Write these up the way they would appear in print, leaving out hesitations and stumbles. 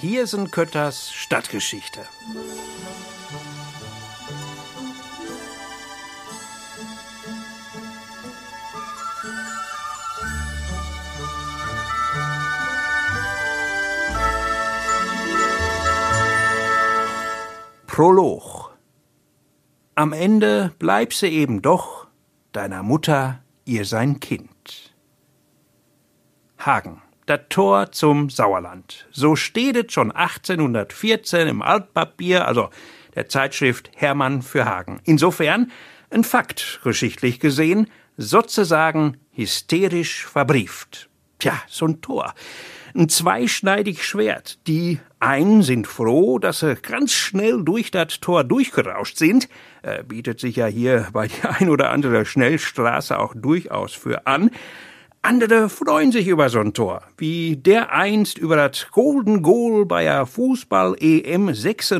Hier sind Kötters Stadtgeschichte. Prolog. Am Ende bleib sie eben doch deiner Mutter ihr sein Kind. Hagen, das Tor zum Sauerland. So steht es schon 1814 im Altpapier, also der Zeitschrift Hermann für Hagen. Insofern ein Fakt, geschichtlich gesehen, sozusagen hysterisch verbrieft. Tja, so ein Tor. Ein zweischneidig Schwert. Die einen sind froh, dass sie ganz schnell durch das Tor durchgerauscht sind. Bietet sich ja hier bei die ein oder andere Schnellstraße auch durchaus für an. Andere freuen sich über so ein Tor, wie der einst über das Golden Goal bei der Fußball-EM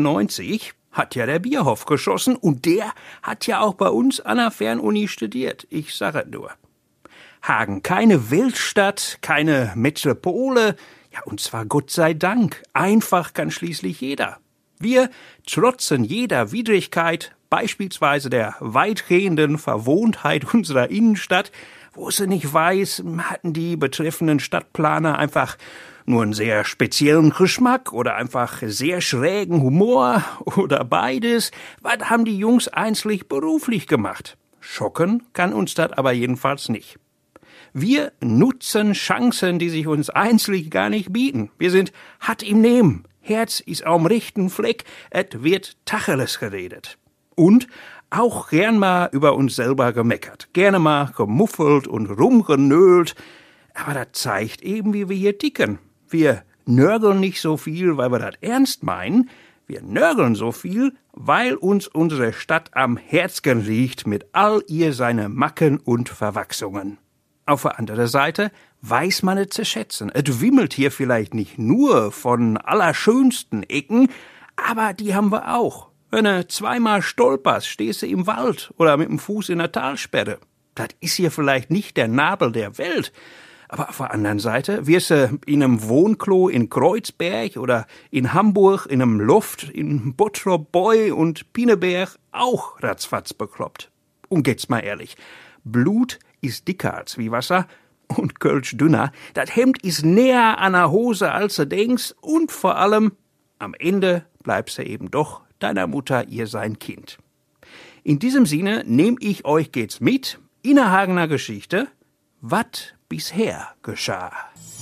96 hat ja der Bierhoff geschossen und der hat ja auch bei uns an der Fernuni studiert. Ich sage nur. Hagen, keine Weltstadt, keine Metropole, ja, und zwar Gott sei Dank, einfach kann schließlich jeder. Wir trotzen jeder Widrigkeit, beispielsweise der weitgehenden Verwohntheit unserer Innenstadt, wo sie nicht weiß, hatten die betreffenden Stadtplaner einfach nur einen sehr speziellen Geschmack oder einfach sehr schrägen Humor oder beides. Was haben die Jungs einzig beruflich gemacht? Schocken kann uns das aber jedenfalls nicht. Wir nutzen Chancen, die sich uns einzig gar nicht bieten. Wir sind hart im Nehmen. Herz ist am rechten Fleck. Et wird Tacheles geredet. Und auch gern mal über uns selber gemeckert. Gerne mal gemuffelt und rumgenölt. Aber das zeigt eben, wie wir hier ticken. Wir nörgeln nicht so viel, weil wir das ernst meinen. Wir nörgeln so viel, weil uns unsere Stadt am Herzen liegt mit all ihr seine Macken und Verwachsungen. Auf der anderen Seite weiß man es zu schätzen. Es wimmelt hier vielleicht nicht nur von allerschönsten Ecken, aber die haben wir auch. Wenn du zweimal stolperst, stehst du im Wald oder mit dem Fuß in der Talsperre. Das ist hier vielleicht nicht der Nabel der Welt, aber auf der anderen Seite wirst du in einem Wohnklo in Kreuzberg oder in Hamburg in einem Loft in Bottrop-Boy und Pinneberg auch ratzfatz bekloppt. Und geht's mal ehrlich, Blut ist dicker als wie Wasser und Kölsch dünner. Das Hemd ist näher an der Hose, als du denkst. Und vor allem, am Ende bleibst du eben doch deiner Mutter ihr sein Kind. In diesem Sinne nehm ich euch geht's mit in der Hagener Geschichte, was bisher geschah.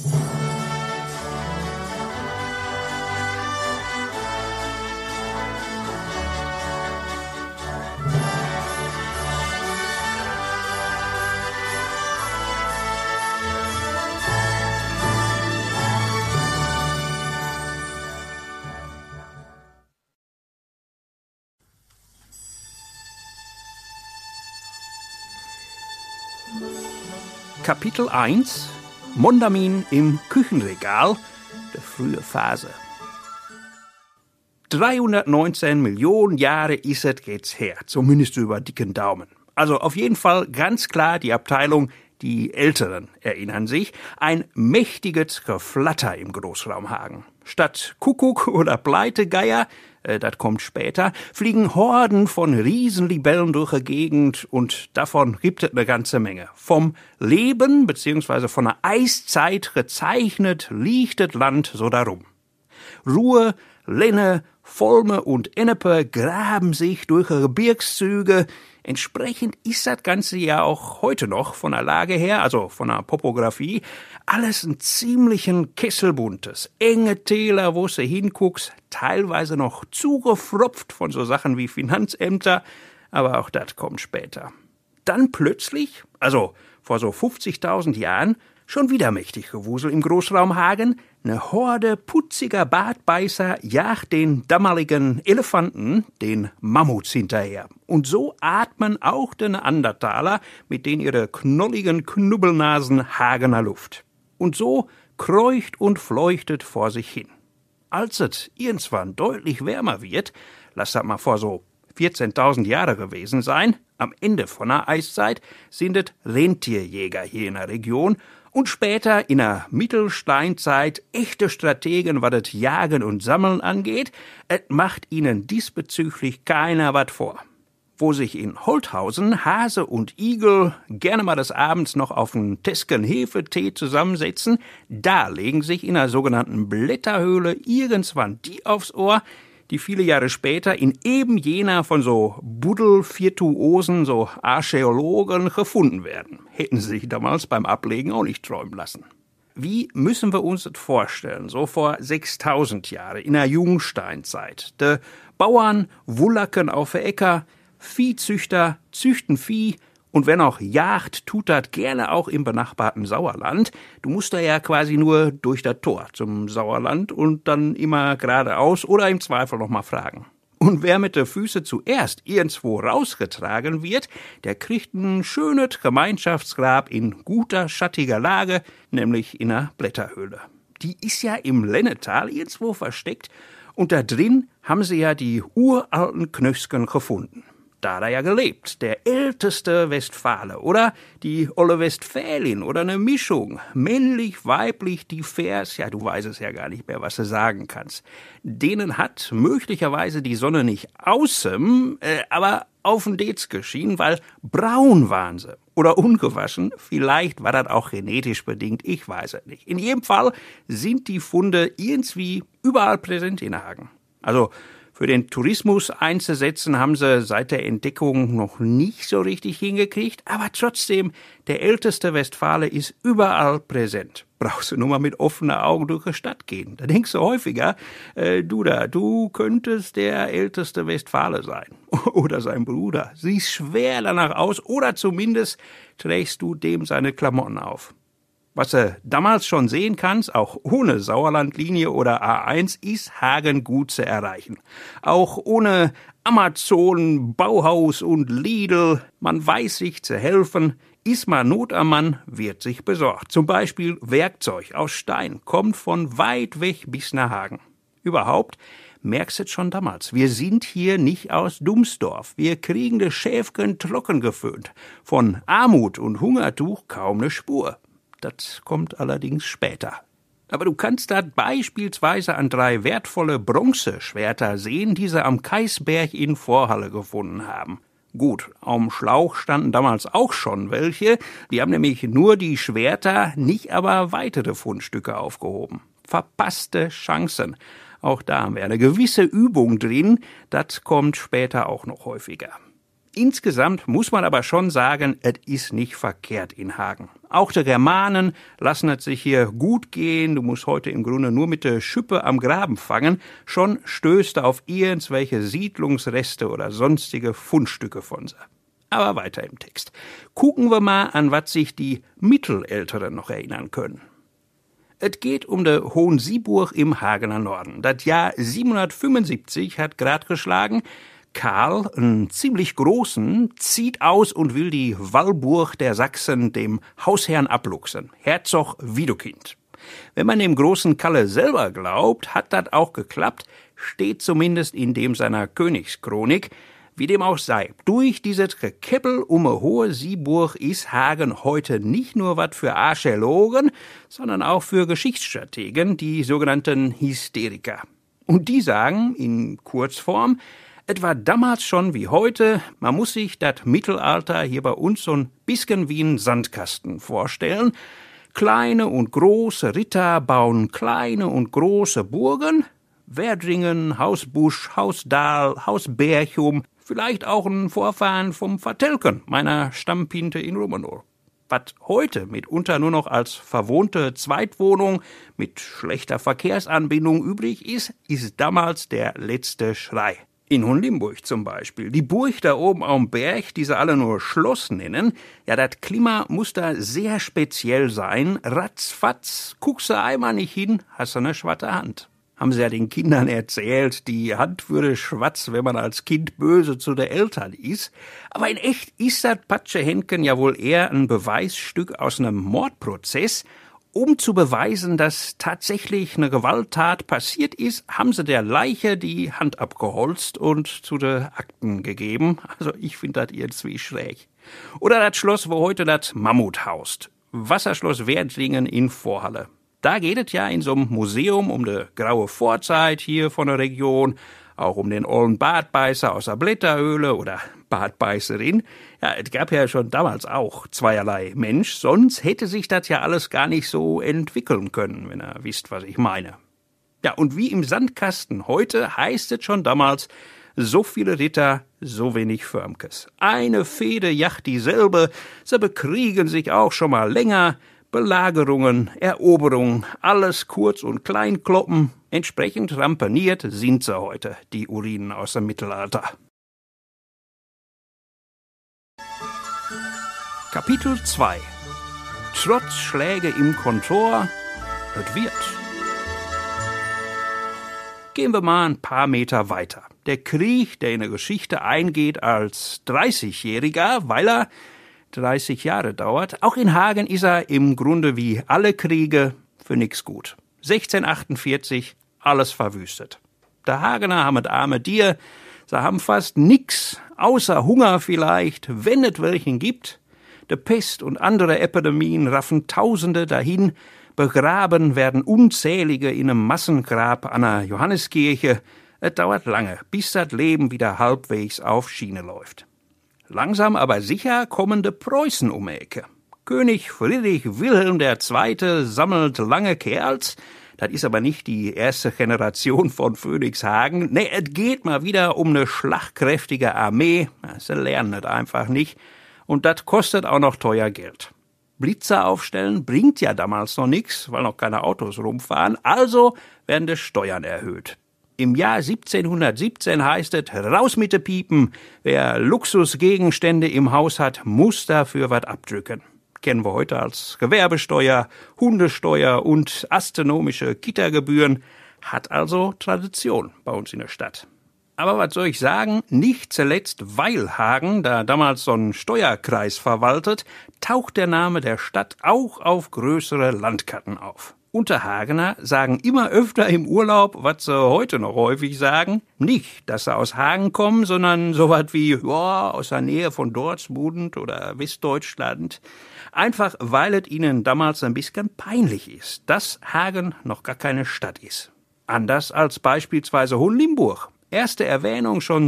Kapitel 1 Mondamin im Küchenregal, der frühe Phase. 319 Millionen Jahre ist es jetzt her, zumindest über dicken Daumen. Also auf jeden Fall ganz klar die Abteilung, die Älteren erinnern sich, ein mächtiges Geflatter im Großraum Hagen. Statt Kuckuck oder Pleitegeier, das kommt später, fliegen Horden von Riesenlibellen durch die Gegend und davon gibt es eine ganze Menge. Vom Leben bzw. von der Eiszeit gezeichnet liegt das Land so darum. Ruhr, Lenne, Volme und Ennepe graben sich durch Gebirgszüge. Entsprechend ist das Ganze ja auch heute noch von der Lage her, also von der Topographie, alles ein ziemlichen Kesselbuntes. Enge Täler, wo du hinguckst, teilweise noch zugefropft von so Sachen wie Finanzämter, aber auch das kommt später. Dann plötzlich, also vor so 50.000 Jahren, schon wieder mächtig Gewusel im Großraum Hagen. Eine Horde putziger Bartbeißer jagt den damaligen Elefanten, den Mammuts, hinterher. Und so atmen auch die Neandertaler mit den ihre knolligen Knubbelnasen Hagener Luft. Und so kreucht und fleuchtet vor sich hin. Als es irgendwann deutlich wärmer wird, lass das mal vor so 14.000 Jahre gewesen sein, am Ende von der Eiszeit, sind es Rentierjäger hier in der Region Und später, in der Mittelsteinzeit, echte Strategen, was das Jagen und Sammeln angeht, et macht ihnen diesbezüglich keiner wat vor. Wo sich in Holthausen Hase und Igel gerne mal des Abends noch auf einen Tesken Hefetee zusammensetzen, da legen sich in einer sogenannten Blätterhöhle irgendwann die aufs Ohr, die viele Jahre später in eben jener von so Buddelvirtuosen, so Archäologen gefunden werden. Hätten sie sich damals beim Ablegen auch nicht träumen lassen. Wie müssen wir uns das vorstellen, so vor 6000 Jahren, in der Jungsteinzeit? De Bauern wullacken auf der Äcker, Viehzüchter züchten Vieh, und wenn auch Jagd, tut das gerne auch im benachbarten Sauerland. Du musst da ja quasi nur durch das Tor zum Sauerland und dann immer geradeaus oder im Zweifel noch mal fragen. Und wer mit der Füße zuerst irgendwo rausgetragen wird, der kriegt ein schönes Gemeinschaftsgrab in guter, schattiger Lage, nämlich in einer Blätterhöhle. Die ist ja im Lennetal irgendwo versteckt und da drin haben sie ja die uralten Knösken gefunden. Da hat er ja gelebt, der älteste Westfale oder die olle Westfälin oder eine Mischung, männlich, weiblich, divers, ja, du weißt es ja gar nicht mehr, was du sagen kannst. Denen hat möglicherweise die Sonne nicht außen, aber auf den Dez geschienen, weil braun waren sie oder ungewaschen, vielleicht war das auch genetisch bedingt, ich weiß es nicht. In jedem Fall sind die Funde irgendwie überall präsent in Hagen. Also für den Tourismus einzusetzen, haben sie seit der Entdeckung noch nicht so richtig hingekriegt, aber trotzdem, der älteste Westfale ist überall präsent. Brauchst du nur mal mit offenen Augen durch die Stadt gehen. Da denkst du häufiger, du könntest der älteste Westfale sein. Oder sein Bruder. Siehst schwer danach aus oder zumindest trägst du dem seine Klamotten auf. Was du damals schon sehen kannst, auch ohne Sauerlandlinie oder A1, ist Hagen gut zu erreichen. Auch ohne Amazon, Bauhaus und Lidl, man weiß sich zu helfen. Ist mal Not am Mann, wird sich besorgt. Zum Beispiel Werkzeug aus Stein kommt von weit weg bis nach Hagen. Überhaupt merkst du schon damals, wir sind hier nicht aus Dumsdorf. Wir kriegen de Schäfchen trocken geföhnt. Von Armut und Hungertuch kaum ne Spur. Das kommt allerdings später. Aber du kannst da beispielsweise an 3 wertvolle Bronzeschwerter sehen, die sie am Kaisberg in Vorhalle gefunden haben. Gut, am Schlauch standen damals auch schon welche, die haben nämlich nur die Schwerter, nicht aber weitere Fundstücke aufgehoben. Verpasste Chancen. Auch da haben wir eine gewisse Übung drin, das kommt später auch noch häufiger. Insgesamt muss man aber schon sagen, es ist nicht verkehrt in Hagen. Auch die Germanen lassen es sich hier gut gehen. Du musst heute im Grunde nur mit der Schippe am Graben fangen. Schon stößt du auf irgendwelche Siedlungsreste oder sonstige Fundstücke von sie. Aber weiter im Text. Gucken wir mal, an was sich die Mittelälteren noch erinnern können. Es geht um de Hohensieburg im Hagener Norden. Das Jahr 775 hat grad geschlagen. Karl, einen ziemlich großen, zieht aus und will die Wallburg der Sachsen dem Hausherrn abluchsen, Herzog Widukind. Wenn man dem großen Kalle selber glaubt, hat das auch geklappt, steht zumindest in dem seiner Königschronik. Wie dem auch sei, durch dieses Gekeppel um eine hohe Sieburg ist Hagen heute nicht nur was für Archäologen, sondern auch für Geschichtsstrategen, die sogenannten Hysteriker. Und die sagen in Kurzform, es war damals schon wie heute, man muss sich das Mittelalter hier bei uns so ein bisschen wie ein Sandkasten vorstellen. Kleine und große Ritter bauen kleine und große Burgen. Werdringen, Haus Busch, Haus Dahl, Haus Berchum, vielleicht auch ein Vorfahren vom Vertelken, meiner Stammpinte in Rummenigge. Was heute mitunter nur noch als verwohnte Zweitwohnung mit schlechter Verkehrsanbindung übrig ist, ist damals der letzte Schrei. In Hohenlimburg zum Beispiel, die Burg da oben am Berg, die sie alle nur Schloss nennen, ja, das Klima muss da sehr speziell sein. Ratzfatz, guckst du einmal nicht hin, hast du eine schwatte Hand. Haben sie ja den Kindern erzählt, die Hand würde schwarz, wenn man als Kind böse zu den Eltern ist. Aber in echt ist das Patschehändchen ja wohl eher ein Beweisstück aus einem Mordprozess. Um zu beweisen, dass tatsächlich eine Gewalttat passiert ist, haben sie der Leiche die Hand abgeholzt und zu den Akten gegeben. Also ich finde das irgendwie schräg. Oder das Schloss, wo heute das Mammut haust. Wasserschloss Werdlingen in Vorhalle. Da geht es ja in so einem Museum um die graue Vorzeit hier von der Region, auch um den ollen Badbeißer aus der Blätterhöhle oder Badbeißerin. Ja, es gab ja schon damals auch zweierlei Mensch, sonst hätte sich das ja alles gar nicht so entwickeln können, wenn ihr wisst, was ich meine. Ja, und wie im Sandkasten heute heißt es schon damals, so viele Ritter, so wenig Förmkes. Eine Fehde jacht dieselbe, sie bekriegen sich auch schon mal länger, Belagerungen, Eroberungen, alles kurz und klein kloppen. Entsprechend ramponiert sind sie heute, die Urinen aus dem Mittelalter. Kapitel 2 Trotz Schläge im Kontor, es wird. Gehen wir mal ein paar Meter weiter. Der Krieg, der in der Geschichte eingeht als 30-Jähriger, weil er 30 Jahre dauert. Auch in Hagen ist er im Grunde wie alle Kriege für nix gut. 1648, alles verwüstet. Der Hagener haben mit arme Dier, sie haben fast nix, außer Hunger vielleicht, wenn es welchen gibt. De Pest und andere Epidemien raffen Tausende dahin, begraben werden Unzählige in einem Massengrab an der Johanneskirche. Es dauert lange, bis das Leben wieder halbwegs auf Schiene läuft. Langsam aber sicher kommen de Preußen um die Ecke. König Friedrich Wilhelm II. Sammelt lange Kerls. Das ist aber nicht die erste Generation von Phönixhagen. Nee, es geht mal wieder um eine schlagkräftige Armee. Sie lernen es einfach nicht. Und das kostet auch noch teuer Geld. Blitzer aufstellen bringt ja damals noch nix, weil noch keine Autos rumfahren. Also werden die Steuern erhöht. Im Jahr 1717 heißt es, raus mit de Piepen. Wer Luxusgegenstände im Haus hat, muss dafür was abdrücken. Kennen wir heute als Gewerbesteuer, Hundesteuer und astronomische Kittergebühren. Hat also Tradition bei uns in der Stadt. Aber was soll ich sagen? Nicht zuletzt weil Hagen, da damals so ein Steuerkreis verwaltet, taucht der Name der Stadt auch auf größere Landkarten auf. Unterhagener sagen immer öfter im Urlaub, was sie heute noch häufig sagen, nicht, dass sie aus Hagen kommen, sondern sowas wie, ja, aus der Nähe von Dortmund oder Westdeutschland. Einfach, weil es ihnen damals ein bisschen peinlich ist, dass Hagen noch gar keine Stadt ist. Anders als beispielsweise Hohenlimburg. Erste Erwähnung schon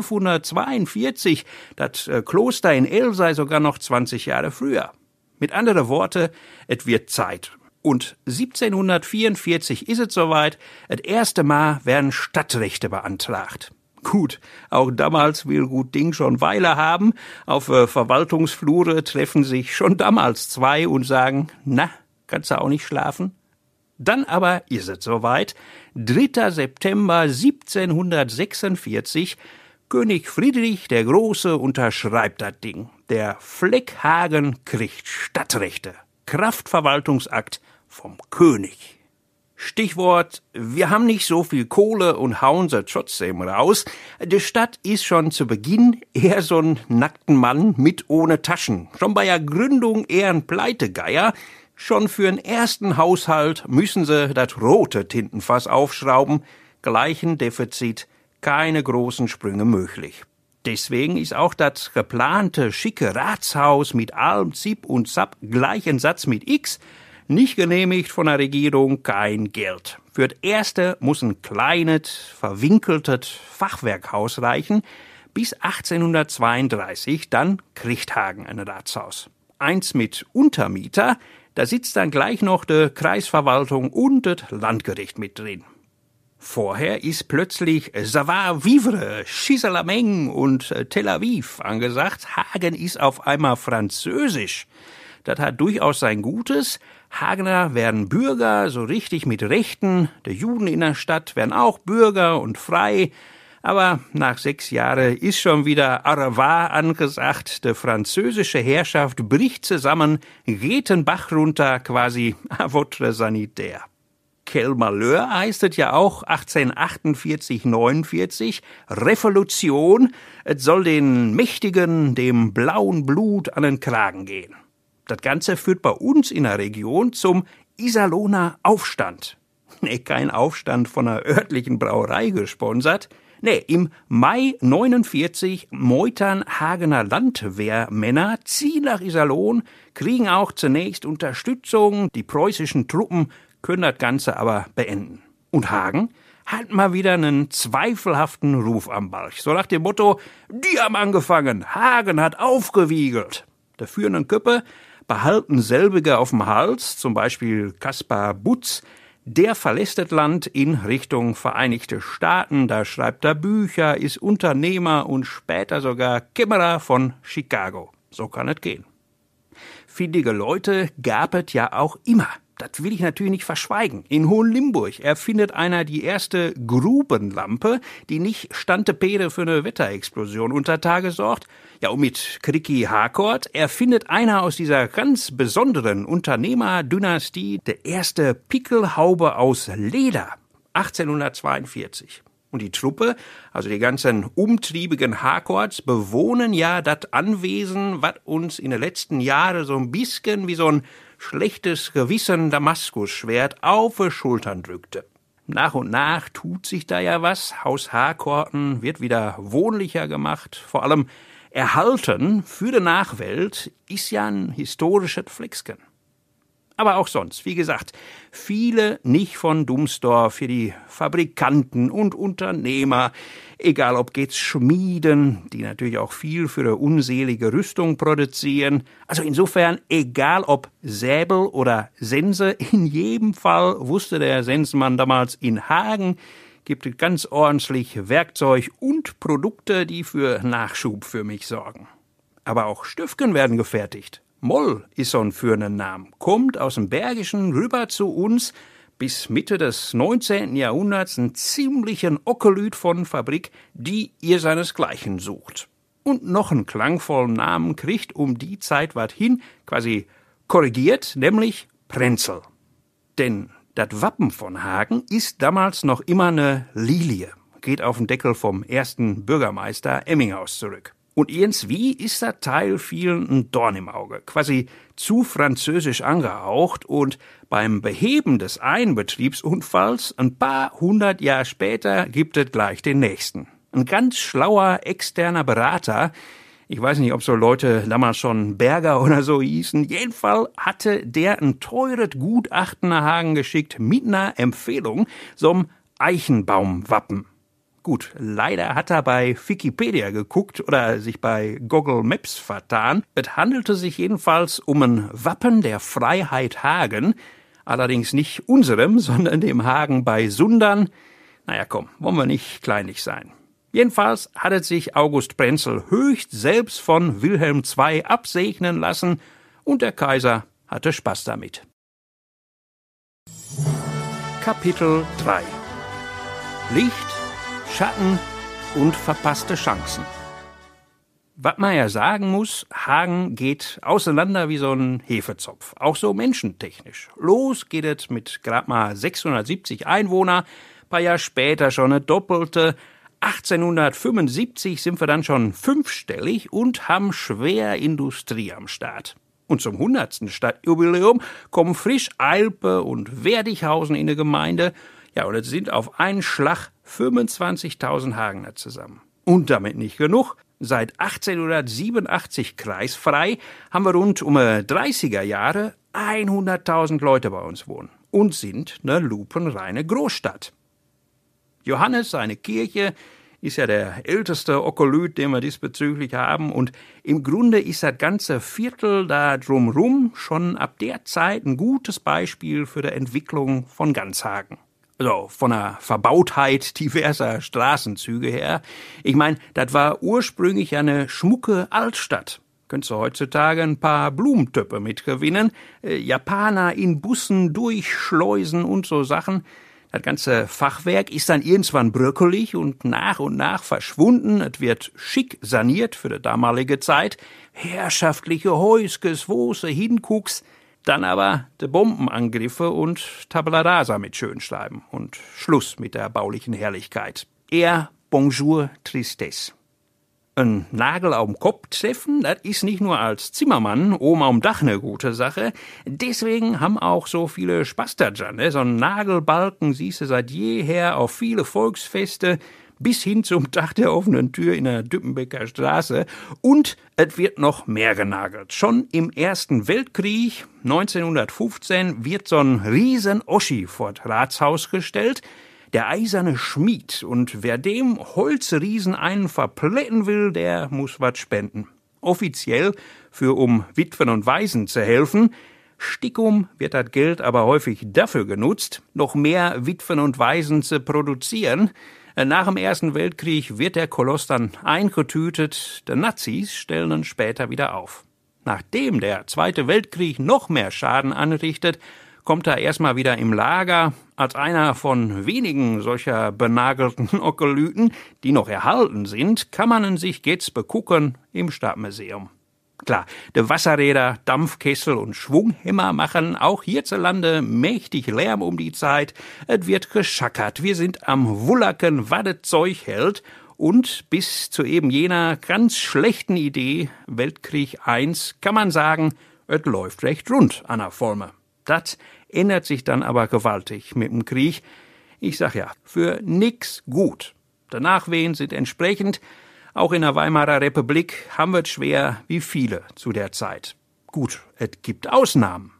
1242, das Kloster in El sei sogar noch 20 Jahre früher. Mit anderen Worten, es wird Zeit. Und 1744 ist es soweit, das erste Mal werden Stadtrechte beantragt. Gut, auch damals will gut Ding schon Weile haben. Auf Verwaltungsflure treffen sich schon damals zwei und sagen, na, kannst du auch nicht schlafen? Dann aber ist es soweit. 3. September 1746, König Friedrich der Große unterschreibt das Ding. Der Fleck Hagen kriegt Stadtrechte. Kraftverwaltungsakt vom König. Stichwort, wir haben nicht so viel Kohle und hauen sie trotzdem raus. Die Stadt ist schon zu Beginn eher so ein nackten Mann mit ohne Taschen. Schon bei der Gründung eher ein Pleitegeier. Schon für den ersten Haushalt müssen sie das rote Tintenfass aufschrauben. Gleichen Defizit, keine großen Sprünge möglich. Deswegen ist auch das geplante schicke Ratshaus mit allem Zip und Zap gleichen Satz mit X nicht genehmigt von der Regierung, kein Geld. Für das erste muss ein kleines, verwinkeltes Fachwerkhaus reichen. Bis 1832 dann kriegt Hagen ein Ratshaus. Eins mit Untermieter, da sitzt dann gleich noch die Kreisverwaltung und das Landgericht mit drin. Vorher ist plötzlich Savoir Vivre, Chisalameng und Tel Aviv angesagt. Hagen ist auf einmal französisch. Das hat durchaus sein Gutes. Hagener werden Bürger, so richtig mit Rechten. Die Juden in der Stadt werden auch Bürger und frei. Aber nach 6 Jahren ist schon wieder Au revoir angesagt. Die französische Herrschaft bricht zusammen, geht den Bach runter, quasi à votre sanitaire. Quel Malheur heißt es ja auch 1848/49, Revolution, es soll den Mächtigen, dem blauen Blut an den Kragen gehen. Das Ganze führt bei uns in der Region zum Iserlohner Aufstand. Nee, kein Aufstand von einer örtlichen Brauerei gesponsert. Nee, im Mai 49 meutern Hagener Landwehrmänner, ziehen nach Iserlohn, kriegen auch zunächst Unterstützung. Die preußischen Truppen können das Ganze aber beenden. Und Hagen hat mal wieder einen zweifelhaften Ruf am Balch. So nach dem Motto, die haben angefangen, Hagen hat aufgewiegelt. Der führenden Köppe behalten selbige auf dem Hals, zum Beispiel Kaspar Butz. Der verlässt das Land in Richtung Vereinigte Staaten, da schreibt er Bücher, ist Unternehmer und später sogar Kämmerer von Chicago. So kann es gehen. Findige Leute gab es ja auch immer. Das will ich natürlich nicht verschweigen. In Hohenlimburg erfindet einer die erste Grubenlampe, die nicht Stantepede für eine Wetterexplosion unter Tage sorgt. Ja, und mit Kricki Harcourt erfindet einer aus dieser ganz besonderen Unternehmerdynastie der erste Pickelhaube aus Leder, 1842. Und die Truppe, also die ganzen umtriebigen Harcourts, bewohnen ja das Anwesen, was uns in den letzten Jahren so ein bisschen wie so ein schlechtes Gewissen Damaskusschwert auf die Schultern drückte. Nach und nach tut sich da ja was. Haus Harcourten wird wieder wohnlicher gemacht. Vor allem erhalten für die Nachwelt ist ja ein historisches Flexken. Aber auch sonst, wie gesagt, viele nicht von Dumsdorf, für die Fabrikanten und Unternehmer, egal ob geht's Schmieden, die natürlich auch viel für eine unselige Rüstung produzieren. Also insofern, egal ob Säbel oder Sense, in jedem Fall wusste der Sensenmann damals, in Hagen gibt es ganz ordentlich Werkzeug und Produkte, die für Nachschub für mich sorgen. Aber auch Stöfken werden gefertigt. Moll ist so ein führender Name, kommt aus dem Bergischen rüber zu uns, bis Mitte des 19. Jahrhunderts ein ziemlichen Okelüt von Fabrik, die ihr seinesgleichen sucht. Und noch einen klangvollen Namen kriegt um die Zeit wat hin, quasi korrigiert, nämlich Prenzel. Denn das Wappen von Hagen ist damals noch immer eine Lilie, geht auf den Deckel vom ersten Bürgermeister Emminghaus zurück. Und irgendwie ist das Teil vielen ein Dorn im Auge, quasi zu französisch angehaucht, und beim Beheben des einen Betriebsunfalls ein paar hundert Jahre später gibt es gleich den nächsten. Ein ganz schlauer externer Berater, ich weiß nicht, ob so Leute damals schon Berger oder so hießen, jedenfalls hatte der ein teures Gutachten nach Hagen geschickt mit einer Empfehlung, so'm Eichenbaumwappen. Gut, leider hat er bei Wikipedia geguckt oder sich bei Google Maps vertan. Es handelte sich jedenfalls um ein Wappen der Freiheit Hagen, allerdings nicht unserem, sondern dem Hagen bei Sundern. Naja, komm, wollen wir nicht kleinlich sein. Jedenfalls hat es sich August Prenzel höchst selbst von Wilhelm II absegnen lassen und der Kaiser hatte Spaß damit. Kapitel 3 Licht, Schatten und verpasste Chancen. Was man ja sagen muss, Hagen geht auseinander wie so ein Hefezopf, auch so menschentechnisch. Los geht es mit grad mal 670 Einwohner, paar Jahre später schon eine doppelte. 1875 sind wir dann schon fünfstellig und haben schwer Industrie am Start. Und zum 100. Stadtjubiläum kommen frisch Eilpe und Werdichhausen in die Gemeinde. Ja, und es sind auf einen Schlag 25.000 Hagener zusammen. Und damit nicht genug. Seit 1887 kreisfrei haben wir rund um 30er Jahre 100.000 Leute bei uns wohnen und sind eine lupenreine Großstadt. Johannes, seine Kirche, ist ja der älteste Okolyt, den wir diesbezüglich haben, und im Grunde ist das ganze Viertel da drumrum schon ab der Zeit ein gutes Beispiel für die Entwicklung von Ganzhagen. Also von der Verbautheit diverser Straßenzüge her. Ich meine, das war ursprünglich eine schmucke Altstadt. Könntest du heutzutage ein paar Blumentöpfe mitgewinnen, Japaner in Bussen durchschleusen und so Sachen. Das ganze Fachwerk ist dann irgendwann bröckelig und nach verschwunden. Es wird schick saniert für die damalige Zeit. Herrschaftliche Häuskes, wo du hinguckst. Dann aber die Bombenangriffe und Tabula Rasa mit Schönschreiben. Und Schluss mit der baulichen Herrlichkeit. Eher Bonjour Tristesse. Ein Nagel auf dem Kopf treffen, das ist nicht nur als Zimmermann oben am Dach eine gute Sache. Deswegen haben auch so viele Spaß daran. So ein Nagelbalken siehst du seit jeher auf viele Volksfeste. bis hin zum Dach der offenen Tür in der Düppenbecker Straße. Und es wird noch mehr genagelt. Schon im Ersten Weltkrieg, 1915, wird so ein riesen Oschi vor das Ratshaus gestellt, der eiserne Schmied. Und wer dem Holzriesen einen verplätten will, der muss was spenden. Offiziell um Witwen und Waisen zu helfen. Stickum wird das Geld aber häufig dafür genutzt, noch mehr Witwen und Waisen zu produzieren. Nach dem Ersten Weltkrieg wird der Koloss dann eingetütet. Die Nazis stellen ihn später wieder auf. Nachdem der Zweite Weltkrieg noch mehr Schaden anrichtet, kommt er erstmal wieder im Lager als einer von wenigen solcher benagelten Okolyten, die noch erhalten sind, kann man ihn sich jetzt begucken im Stadtmuseum. Klar, de Wasserräder, Dampfkessel und Schwunghämmer machen auch hierzulande mächtig Lärm um die Zeit. Es wird geschackert, wir sind am Wullaken, was das Zeug hält. Und bis zu eben jener ganz schlechten Idee, Weltkrieg I, kann man sagen, es läuft recht rund an der Forme. Das ändert sich dann aber gewaltig mit dem Krieg. Ich sag ja, für nix gut. Die Nachwehen sind entsprechend. Auch in der Weimarer Republik haben wir es schwer wie viele zu der Zeit. Gut, es gibt Ausnahmen.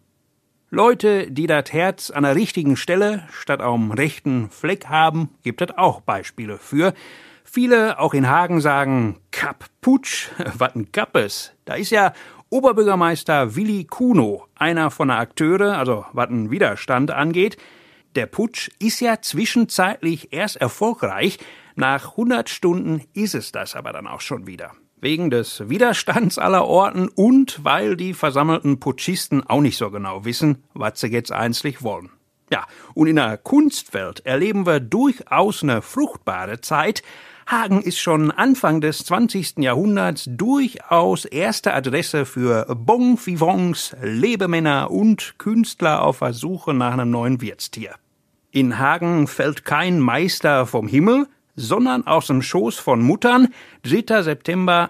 Leute, die das Herz an der richtigen Stelle statt am rechten Fleck haben, gibt es auch Beispiele für. Viele, auch in Hagen, sagen, Kapp Putsch, wat ein Kappes. Da ist ja Oberbürgermeister Willi Kuno, einer von der Akteure, also was einen Widerstand angeht. Der Putsch ist ja zwischenzeitlich erst erfolgreich, nach 100 Stunden ist es das aber dann auch schon wieder. Wegen des Widerstands aller Orten und weil die versammelten Putschisten auch nicht so genau wissen, was sie jetzt eigentlich wollen. Ja, und in der Kunstwelt erleben wir durchaus eine fruchtbare Zeit. Hagen ist schon Anfang des 20. Jahrhunderts durchaus erste Adresse für Bon Vivants, Lebemänner und Künstler auf der Suche nach einem neuen Wirtstier. In Hagen fällt kein Meister vom Himmel, sondern aus dem Schoß von Muttern, 3. September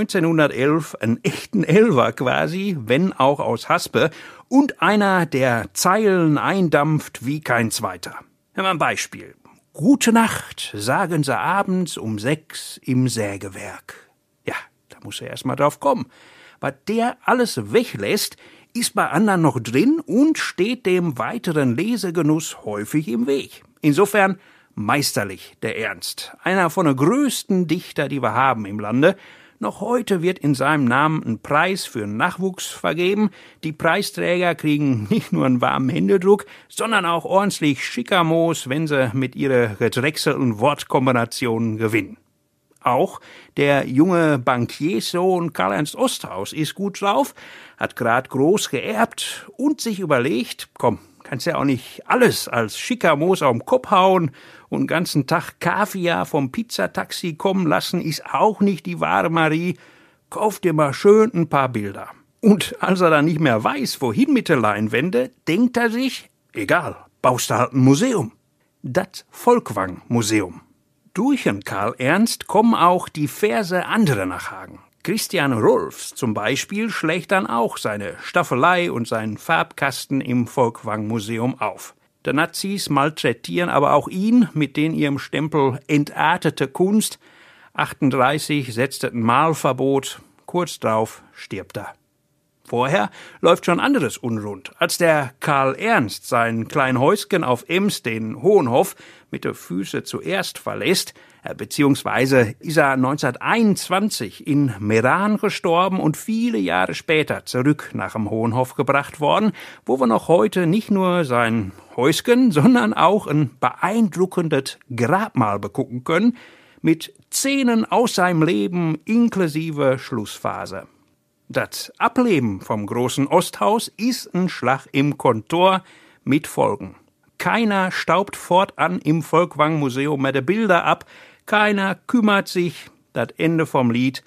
1911, einen echten Elfer quasi, wenn auch aus Haspe, und einer, der Zeilen eindampft wie kein zweiter. Mal ein Beispiel. Gute Nacht, sagen sie abends um 6 im Sägewerk. Ja, da muss er erst mal drauf kommen. Was der alles weglässt, ist bei anderen noch drin und steht dem weiteren Lesegenuss häufig im Weg. Insofern meisterlich, der Ernst. Einer von den größten Dichter, die wir haben im Lande. Noch heute wird in seinem Namen ein Preis für Nachwuchs vergeben. Die Preisträger kriegen nicht nur einen warmen Händedruck, sondern auch ordentlich Schickamos, wenn sie mit ihrer gedrechselten Wortkombinationen gewinnen. Auch der junge Bankierssohn Karl-Ernst Osthaus ist gut drauf, hat grad groß geerbt und sich überlegt, komm, kannst ja auch nicht alles als Schickamos auf den Kopf hauen und den ganzen Tag Kaviar vom Pizzataxi kommen lassen, ist auch nicht die wahre Marie. Kauf dir mal schön ein paar Bilder. Und als er dann nicht mehr weiß, wohin mit der Leinwände, denkt er sich, egal, baust du halt ein Museum. Das Volkwang-Museum. Durch den Karl Ernst kommen auch diverse andere nach Hagen. Christian Rolfs zum Beispiel schlägt dann auch seine Staffelei und seinen Farbkasten im Volkwang-Museum auf. Die Nazis malträtieren aber auch ihn mit den ihrem Stempel entartete Kunst. 38 setzt ein Malverbot, kurz drauf stirbt er. Vorher läuft schon anderes unrund. Als der Karl Ernst sein klein Häuschen auf Ems, den Hohenhof, mit den Füßen zuerst verlässt, beziehungsweise ist er 1921 in Meran gestorben und viele Jahre später zurück nach dem Hohenhof gebracht worden, wo wir noch heute nicht nur sein Häuschen, sondern auch ein beeindruckendes Grabmal begucken können, mit Szenen aus seinem Leben inklusive Schlussphase. Das Ableben vom großen Osthaus ist ein Schlag im Kontor mit Folgen. Keiner staubt fortan im Volkwang-Museum mehr die Bilder ab, keiner kümmert sich. Das Ende vom Lied.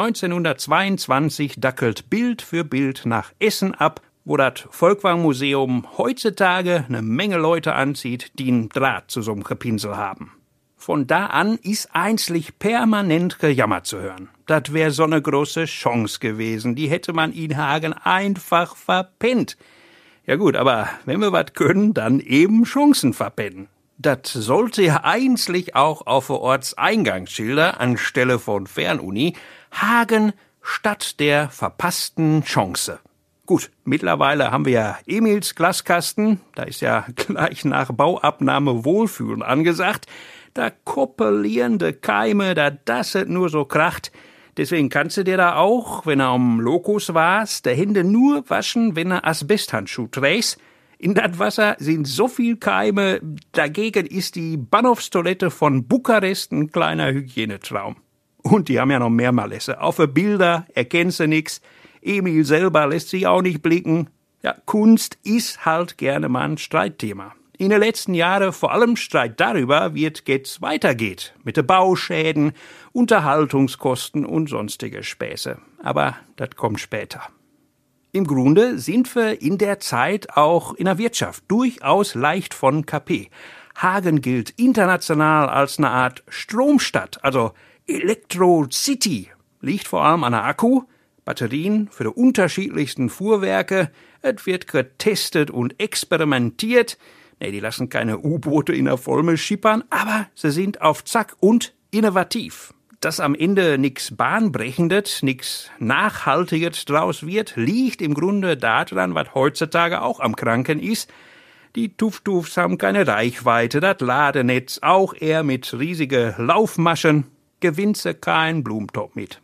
1922 dackelt Bild für Bild nach Essen ab, wo das Volkwang-Museum heutzutage eine Menge Leute anzieht, die einen Draht zu so einem Gepinsel haben. Von da an ist einzlich permanent Gejammer zu hören. Das wär so eine große Chance gewesen. Die hätte man in Hagen einfach verpennt. Ja gut, aber wenn wir was können, dann eben Chancen verpennen. Das sollte ja eigentlich auch auf Ortseingangsschilder anstelle von Fernuni Hagen statt der verpassten Chance. Gut, mittlerweile haben wir ja Emils Glaskasten, da ist ja gleich nach Bauabnahme Wohlfühlen angesagt, da koppelierende Keime, da dasset nur so kracht. Deswegen kannst du dir da auch, wenn er am Lokus warst, der Hände nur waschen, wenn er Asbesthandschuh trägst. In dat Wasser sind so viel Keime, dagegen ist die Bahnhofstoilette von Bukarest ein kleiner Hygienetraum. Und die haben ja noch mehr Malesse. Auf den Bilder erkennst du nix. Emil selber lässt sich auch nicht blicken. Ja, Kunst ist halt gerne mal ein Streitthema. In den letzten Jahren vor allem Streit darüber, wie es jetzt weitergeht. Mit den Bauschäden, Unterhaltungskosten und sonstige Späße. Aber das kommt später. Im Grunde sind wir in der Zeit auch in der Wirtschaft durchaus leicht von KP. Hagen gilt international als eine Art Stromstadt, also Electro-City. Liegt vor allem an der Akku, Batterien für die unterschiedlichsten Fuhrwerke. Es wird getestet und experimentiert. Nee, die lassen keine U-Boote in der Vollmilch schippern, aber sie sind auf Zack und innovativ. Dass am Ende nix Bahnbrechendes, nix Nachhaltiges draus wird, liegt im Grunde daran, was heutzutage auch am Kranken ist. Die Tuftufs haben keine Reichweite, das Ladenetz auch eher mit riesige Laufmaschen, gewinnt sie kein Blumentopf mit.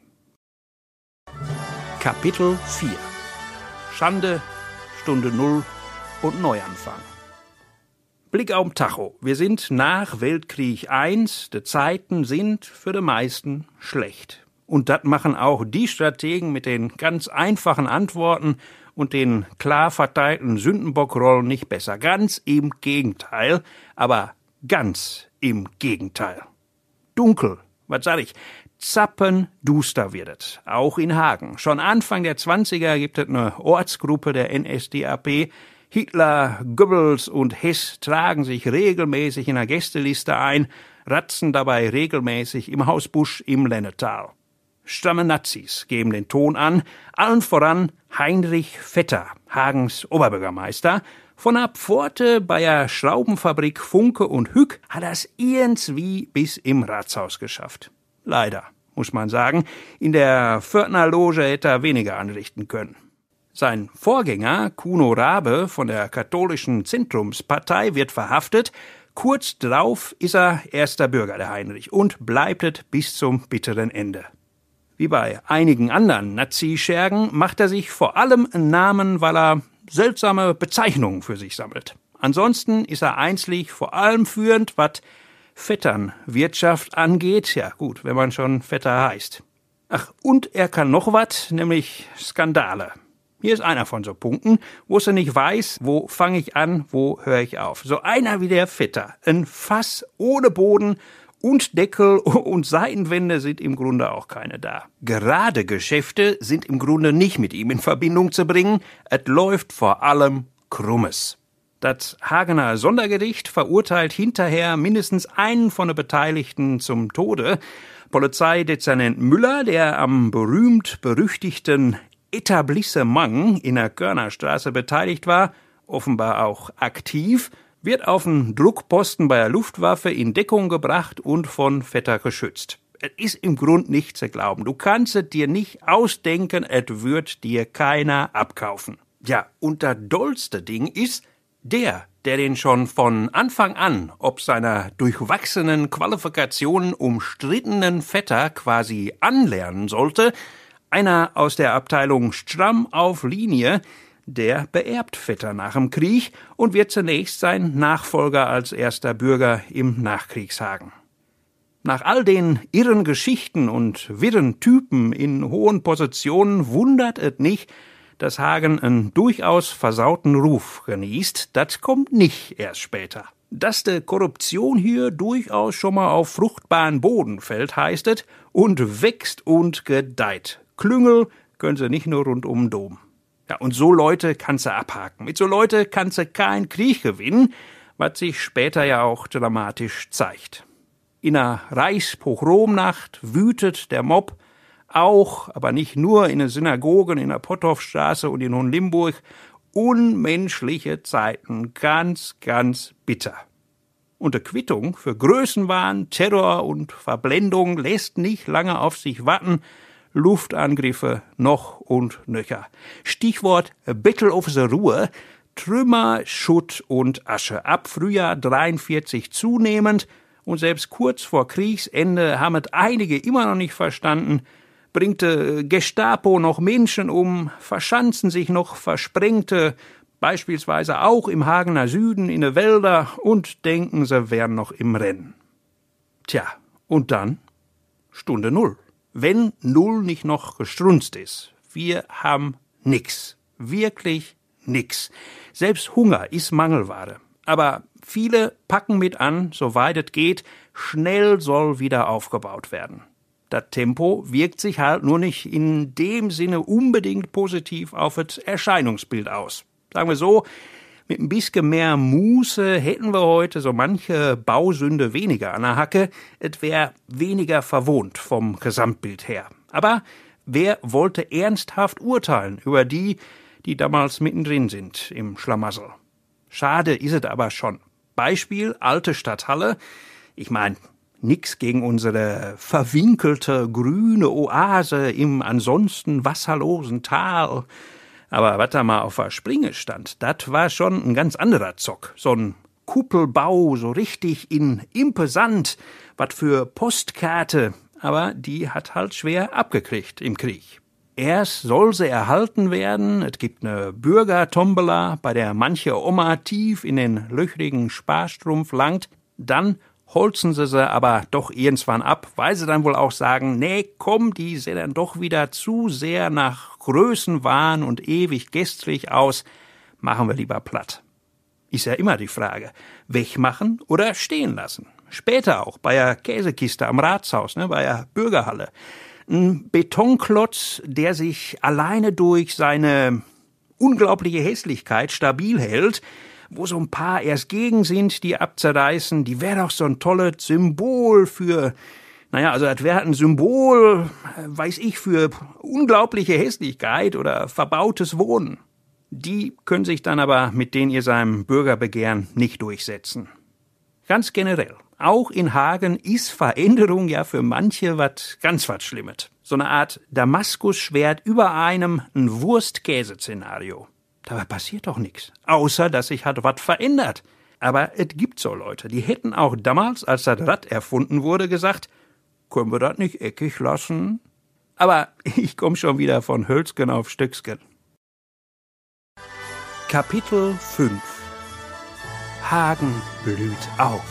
Kapitel 4 Schande, Stunde Null und Neuanfang. Blick auf den Tacho. Wir sind nach Weltkrieg I. Die Zeiten sind für die meisten schlecht. Und das machen auch die Strategen mit den ganz einfachen Antworten und den klar verteilten Sündenbockrollen nicht besser. Ganz im Gegenteil, aber ganz im Gegenteil. Dunkel, was sag ich? Zappenduster wird es, auch in Hagen. Schon Anfang der 20er gibt es eine Ortsgruppe der NSDAP. Hitler, Goebbels und Hess tragen sich regelmäßig in der Gästeliste ein, ratzen dabei regelmäßig im Haus Busch im Lennetal. Stramme Nazis geben den Ton an, allen voran Heinrich Vetter, Hagens Oberbürgermeister. Von der Pforte bei der Schraubenfabrik Funke und Hück hat er's irgendwie bis im Ratshaus geschafft. Leider, muss man sagen, in der Pförtnerloge hätte er weniger anrichten können. Sein Vorgänger, Kuno Rabe von der katholischen Zentrumspartei, wird verhaftet. Kurz drauf ist er erster Bürger, der Heinrich, und bleibt es bis zum bitteren Ende. Wie bei einigen anderen Nazi-Schergen macht er sich vor allem einen Namen, weil er seltsame Bezeichnungen für sich sammelt. Ansonsten ist er einzig vor allem führend, was Vetternwirtschaft angeht. Ja gut, wenn man schon Vetter heißt. Ach, und er kann noch was, nämlich Skandale. Hier ist einer von so Punkten, wo sie nicht weiß, wo fange ich an, wo höre ich auf. So einer wie der Vetter. Ein Fass ohne Boden und Deckel und Seitenwände sind im Grunde auch keine da. Gerade Geschäfte sind im Grunde nicht mit ihm in Verbindung zu bringen. Es läuft vor allem Krummes. Das Hagener Sondergericht verurteilt hinterher mindestens einen von den Beteiligten zum Tode. Polizeidezernent Müller, der am berühmt-berüchtigten Etablissement in der Körnerstraße beteiligt war, offenbar auch aktiv, wird auf einen Druckposten bei der Luftwaffe in Deckung gebracht und von Vetter geschützt. Es ist im Grund nicht zu glauben. Du kannst es dir nicht ausdenken, es wird dir keiner abkaufen. Ja, und das dollste Ding ist, der den schon von Anfang an ob seiner durchwachsenen Qualifikationen umstrittenen Vetter quasi anlernen sollte, einer aus der Abteilung stramm auf Linie, der beerbt Vetter nach dem Krieg und wird zunächst sein Nachfolger als erster Bürger im Nachkriegshagen. Nach all den irren Geschichten und wirren Typen in hohen Positionen wundert es nicht, dass Hagen einen durchaus versauten Ruf genießt. Das kommt nicht erst später. Dass die Korruption hier durchaus schon mal auf fruchtbaren Boden fällt, heißt es, und wächst und gedeiht. Klüngel können sie nicht nur rund um den Dom. Ja, und so Leute kannst du abhaken. Mit so Leute kannst du keinen Krieg gewinnen, was sich später ja auch dramatisch zeigt. In der Reichspogromnacht wütet der Mob auch, aber nicht nur in den Synagogen in der Potthofstraße und in Hohenlimburg, unmenschliche Zeiten, ganz, ganz bitter. Und die Quittung für Größenwahn, Terror und Verblendung lässt nicht lange auf sich warten. Luftangriffe noch und nöcher. Stichwort Battle of the Ruhr. Trümmer, Schutt und Asche. Ab Frühjahr 43 zunehmend. Und selbst kurz vor Kriegsende haben es einige immer noch nicht verstanden. Bringt Gestapo noch Menschen um, verschanzen sich noch Versprengte, beispielsweise auch im Hagener Süden in den Wälder und denken, sie wären noch im Rennen. Tja, und dann Stunde Null. Wenn Null nicht noch gestrunzt ist. Wir haben nix. Wirklich nix. Selbst Hunger ist Mangelware. Aber viele packen mit an, soweit es geht, schnell soll wieder aufgebaut werden. Das Tempo wirkt sich halt nur nicht in dem Sinne unbedingt positiv auf das Erscheinungsbild aus. Sagen wir so, mit ein bisschen mehr Muße hätten wir heute so manche Bausünde weniger an der Hacke. Es wäre weniger verwohnt vom Gesamtbild her. Aber wer wollte ernsthaft urteilen über die damals mittendrin sind im Schlamassel? Schade ist es aber schon. Beispiel alte Stadthalle. Ich meine, nix gegen unsere verwinkelte grüne Oase im ansonsten wasserlosen Tal. Aber was da mal auf der Springe stand, das war schon ein ganz anderer Zock. So ein Kuppelbau, so richtig in imposant, was für Postkarte. Aber die hat halt schwer abgekriegt im Krieg. Erst soll sie erhalten werden, es gibt eine Bürgertombola, bei der manche Oma tief in den löchrigen Sparstrumpf langt, dann holzen sie aber doch irgendwann ab, weil sie dann wohl auch sagen, nee, komm, die sehen dann doch wieder zu sehr nach Größenwahn und ewig gestrig aus, machen wir lieber platt. Ist ja immer die Frage, wegmachen oder stehen lassen. Später auch bei der Käsekiste am Ratshaus, bei der Bürgerhalle. Ein Betonklotz, der sich alleine durch seine unglaubliche Hässlichkeit stabil hält, wo so ein paar erst gegen sind, die abzerreißen, die wäre doch so ein tolles Symbol für, also das wäre ein Symbol, weiß ich, für unglaubliche Hässlichkeit oder verbautes Wohnen. Die können sich dann aber mit denen ihr seinem Bürgerbegehren nicht durchsetzen. Ganz generell, auch in Hagen ist Veränderung ja für manche was Schlimmes. So eine Art Damaskusschwert über einem, ein Wurst-Käse-Szenario. Dabei passiert doch nichts, außer dass sich hat was verändert. Aber es gibt so Leute, die hätten auch damals, als das Rad erfunden wurde, gesagt, können wir das nicht eckig lassen? Aber ich komme schon wieder von Hölzgen auf Stöcksken. Kapitel 5 Hagen blüht auf.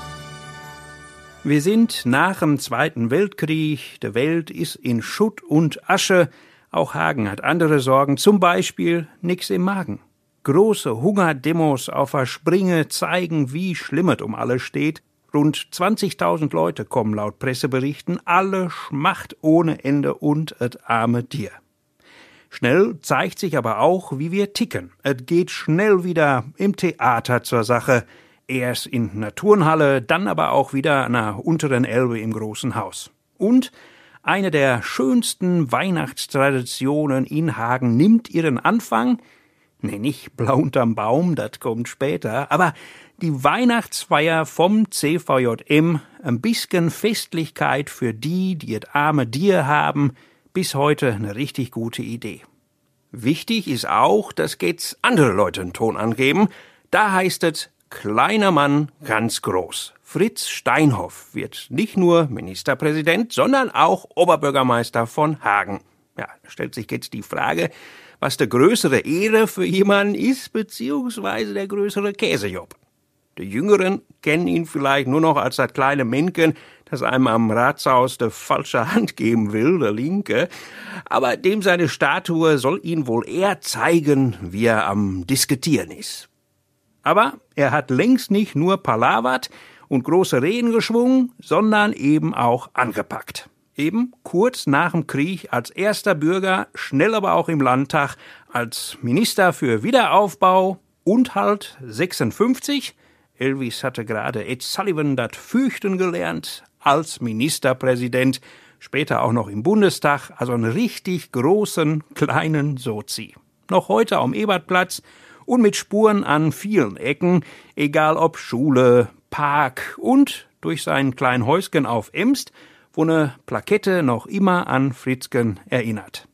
Wir sind nach dem Zweiten Weltkrieg, die Welt ist in Schutt und Asche, auch Hagen hat andere Sorgen, zum Beispiel nix im Magen. Große Hungerdemos auf der Springe zeigen, wie schlimm es um alles steht. Rund 20.000 Leute kommen laut Presseberichten, alle Schmacht ohne Ende und et arme Tier. Schnell zeigt sich aber auch, wie wir ticken. Es geht schnell wieder im Theater zur Sache. Erst in der Turnhalle, dann aber auch wieder an der unteren Elbe im Großen Haus. Und eine der schönsten Weihnachtstraditionen in Hagen nimmt ihren Anfang, nicht blau unterm Baum, das kommt später, aber die Weihnachtsfeier vom CVJM, ein bisschen Festlichkeit für die es arme Tier haben, bis heute eine richtig gute Idee. Wichtig ist auch, dass jetzt andere Leute einen Ton angeben. Da heißt es, kleiner Mann, ganz groß. Fritz Steinhoff wird nicht nur Ministerpräsident, sondern auch Oberbürgermeister von Hagen. Ja, stellt sich jetzt die Frage, was der größere Ehre für jemanden ist, beziehungsweise der größere Käsejob. Die Jüngeren kennen ihn vielleicht nur noch als das kleine Männchen, das einem am Ratshaus die falsche Hand geben will, der Linke. Aber dem seine Statue soll ihn wohl eher zeigen, wie er am Diskutieren ist. Aber er hat längst nicht nur palavert und große Reden geschwungen, sondern eben auch angepackt. Eben kurz nach dem Krieg als erster Bürger, schnell aber auch im Landtag, als Minister für Wiederaufbau und halt 56. Elvis hatte gerade Ed Sullivan das Fürchten gelernt, als Ministerpräsident, später auch noch im Bundestag, also einen richtig großen, kleinen Sozi. Noch heute am Ebertplatz und mit Spuren an vielen Ecken, egal ob Schule, Park und durch sein klein Häuschen auf Emst, wo ne Plakette noch immer an Fritzgen erinnert.